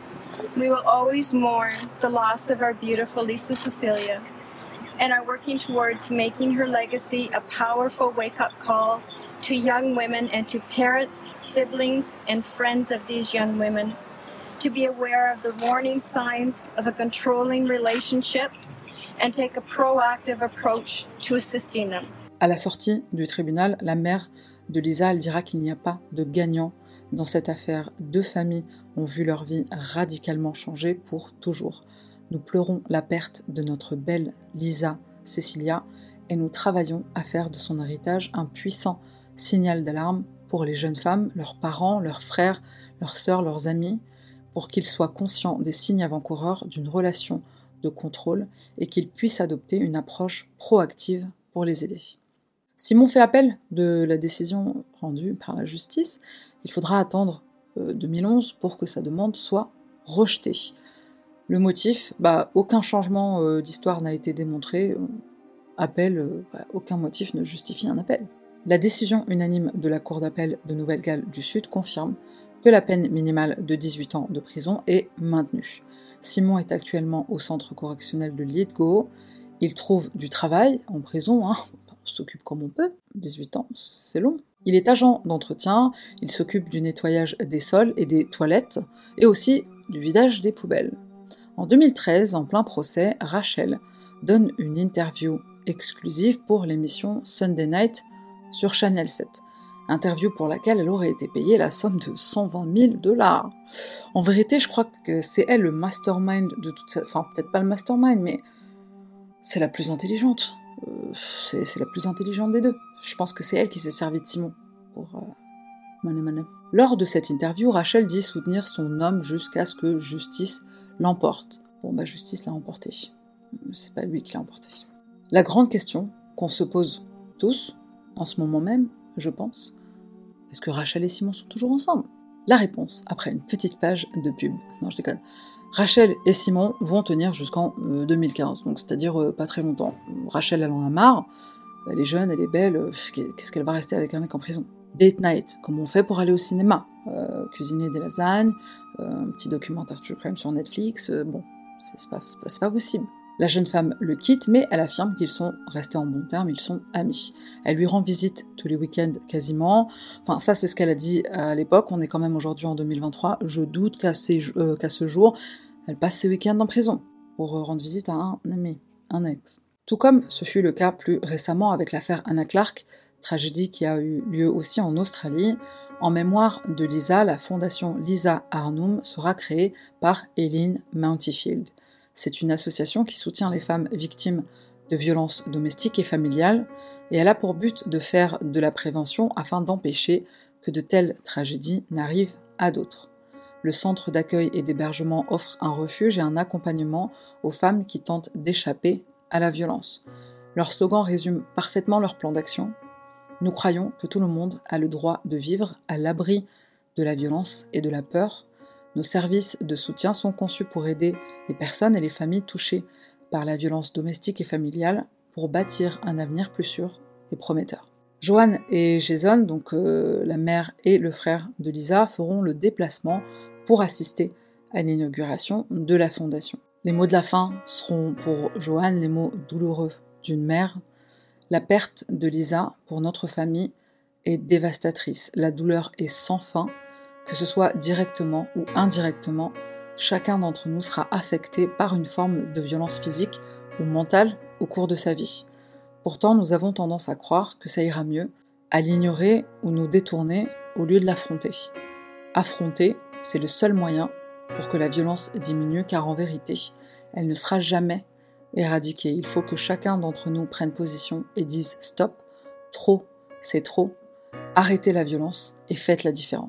We will always mourn the loss of our beautiful Lisa Cecilia and are working towards making her legacy a powerful wake-up call to young women and to parents, siblings, and friends of these young women to be aware of the warning signs of a controlling relationship and take a proactive approach to assisting them. À la sortie du tribunal, la mère de Lisa, elle dira qu'il n'y a pas de gagnant dans cette affaire. Deux familles ont vu leur vie radicalement changer pour toujours. Nous pleurons la perte de notre belle Lisa Cecilia et nous travaillons à faire de son héritage un puissant signal d'alarme pour les jeunes femmes, leurs parents, leurs frères, leurs sœurs, leurs amis, pour qu'ils soient conscients des signes avant-coureurs d'une relation de contrôle et qu'ils puissent adopter une approche proactive pour les aider. Simon fait appel de la décision rendue par la justice. Il faudra attendre euh, deux mille onze pour que sa demande soit rejetée. Le motif, bah, aucun changement euh, d'histoire n'a été démontré. appel, euh, bah, aucun motif ne justifie un appel. La décision unanime de la Cour d'appel de Nouvelle-Galles du Sud confirme que la peine minimale de dix-huit ans de prison est maintenue. Simon est actuellement au centre correctionnel de Lithgow. Il trouve du travail en prison, hein. On s'occupe comme on peut, dix-huit ans, c'est long. Il est agent d'entretien, il s'occupe du nettoyage des sols et des toilettes, et aussi du vidage des poubelles. En deux mille treize, en plein procès, Rachel donne une interview exclusive pour l'émission Sunday Night sur Channel sept. Interview pour laquelle elle aurait été payée la somme de cent vingt mille dollars. En vérité, je crois que c'est elle le mastermind de toute cette... Enfin, peut-être pas le mastermind, mais c'est la plus intelligente. Euh, c'est, c'est la plus intelligente des deux. Je pense que c'est elle qui s'est servie de Simon pour... Euh... Mané, mané. Lors de cette interview, Rachel dit soutenir son homme jusqu'à ce que justice l'emporte. Bon, bah, justice l'a emporté. C'est pas lui qui l'a emporté. La grande question qu'on se pose tous, en ce moment même, je pense, est-ce que Rachel et Simon sont toujours ensemble ? La réponse, après une petite page de pub. Non, je déconne. Rachel et Simon vont tenir jusqu'en euh, deux mille quinze, donc c'est-à-dire euh, pas très longtemps. Rachel, elle en a marre, elle est jeune, elle est belle, euh, qu'est-ce qu'elle va rester avec un mec en prison ? Date night, comme on fait pour aller au cinéma. Euh, cuisiner des lasagnes, euh, un petit documentaire true crime sur Netflix, euh, bon, c'est, c'est, pas, c'est, pas, c'est pas possible. La jeune femme le quitte, mais elle affirme qu'ils sont restés en bons termes, ils sont amis. Elle lui rend visite tous les week-ends quasiment. Enfin, ça, c'est ce qu'elle a dit à l'époque. On est quand même aujourd'hui en deux mille vingt-trois. Je doute qu'à, ces, euh, qu'à ce jour, elle passe ses week-ends en prison pour euh, rendre visite à un ami, un ex. Tout comme ce fut le cas plus récemment avec l'affaire Anna Clark, tragédie qui a eu lieu aussi en Australie. En mémoire de Lisa, la fondation Lisa Arnum sera créée par Eileen Mountyfield. C'est une association qui soutient les femmes victimes de violences domestiques et familiales, et elle a pour but de faire de la prévention afin d'empêcher que de telles tragédies n'arrivent à d'autres. Le centre d'accueil et d'hébergement offre un refuge et un accompagnement aux femmes qui tentent d'échapper à la violence. Leur slogan résume parfaitement leur plan d'action. Nous croyons que tout le monde a le droit de vivre à l'abri de la violence et de la peur. Nos services de soutien sont conçus pour aider les personnes et les familles touchées par la violence domestique et familiale pour bâtir un avenir plus sûr et prometteur. Joanne et Jason, donc euh, la mère et le frère de Lisa, feront le déplacement pour assister à l'inauguration de la fondation. Les mots de la fin seront pour Joanne les mots douloureux d'une mère. La perte de Lisa pour notre famille est dévastatrice. La douleur est sans fin. Que ce soit directement ou indirectement, chacun d'entre nous sera affecté par une forme de violence physique ou mentale au cours de sa vie. Pourtant, nous avons tendance à croire que ça ira mieux, à l'ignorer ou nous détourner au lieu de l'affronter. Affronter, c'est le seul moyen pour que la violence diminue, car en vérité, elle ne sera jamais éradiquée. Il faut que chacun d'entre nous prenne position et dise « stop, trop, c'est trop, arrêtez la violence et faites la différence ».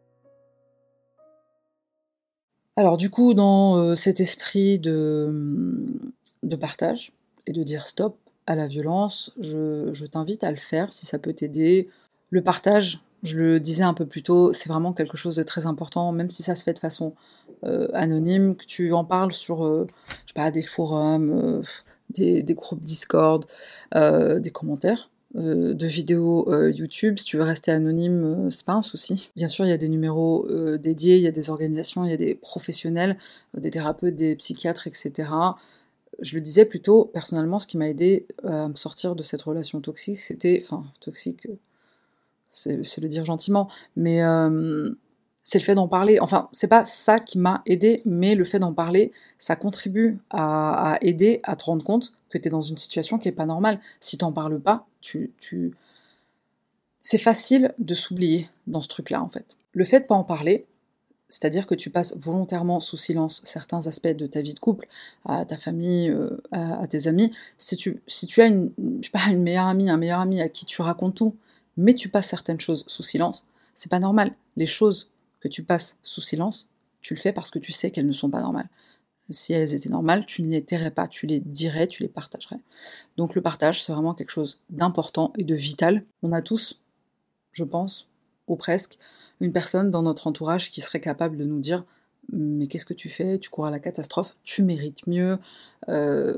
Alors du coup, dans euh, cet esprit de, de partage et de dire stop à la violence, je, je t'invite à le faire si ça peut t'aider. Le partage, je le disais un peu plus tôt, c'est vraiment quelque chose de très important, même si ça se fait de façon euh, anonyme, que tu en parles sur euh, je sais pas, des forums, euh, des, des groupes Discord, euh, des commentaires. Euh, de vidéos euh, YouTube, si tu veux rester anonyme, euh, c'est pas un souci. Bien sûr, il y a des numéros euh, dédiés, il y a des organisations, il y a des professionnels, euh, des thérapeutes, des psychiatres, et cetera. Je le disais plutôt, personnellement, ce qui m'a aidé à me sortir de cette relation toxique, c'était... Enfin, toxique, c'est, c'est le dire gentiment, mais euh, c'est le fait d'en parler. Enfin, c'est pas ça qui m'a aidé, mais le fait d'en parler, ça contribue à, à aider à te rendre compte que t'es dans une situation qui est pas normale. Si t'en parles pas, tu, tu... c'est facile de s'oublier dans ce truc-là, en fait. Le fait de pas en parler, c'est-à-dire que tu passes volontairement sous silence certains aspects de ta vie de couple, à ta famille, euh, à, à tes amis. Si tu, si tu as une, je sais pas, une meilleure amie, un meilleur ami à qui tu racontes tout, mais tu passes certaines choses sous silence, c'est pas normal. Les choses que tu passes sous silence, tu le fais parce que tu sais qu'elles ne sont pas normales. Si elles étaient normales, tu ne les tairais pas, tu les dirais, tu les partagerais. Donc le partage, c'est vraiment quelque chose d'important et de vital. On a tous, je pense, ou presque, une personne dans notre entourage qui serait capable de nous dire « Mais qu'est-ce que tu fais ? Tu cours à la catastrophe, tu mérites mieux, euh,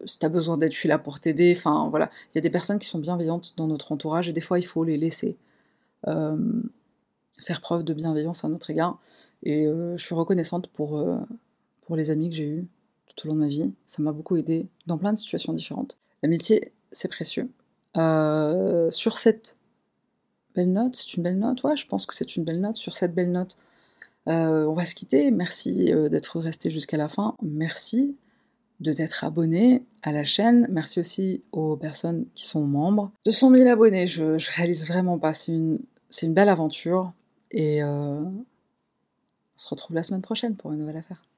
si t'as besoin d'aide, je suis là pour t'aider. Enfin, voilà. Il y a des personnes qui sont bienveillantes dans notre entourage, et des fois, il faut les laisser euh, faire preuve de bienveillance à notre égard. Et euh, je suis reconnaissante pour, euh, pour les amis que j'ai eus tout au long de ma vie. Ça m'a beaucoup aidée dans plein de situations différentes. L'amitié, c'est précieux. Euh, sur cette belle note, c'est une belle note, ouais, je pense que c'est une belle note. Sur cette belle note, euh, on va se quitter. Merci euh, d'être resté jusqu'à la fin. Merci de t'être abonné à la chaîne. Merci aussi aux personnes qui sont membres. deux cent mille abonnés, je, je réalise vraiment pas. C'est une, c'est une belle aventure. Et euh, on se retrouve la semaine prochaine pour une nouvelle affaire.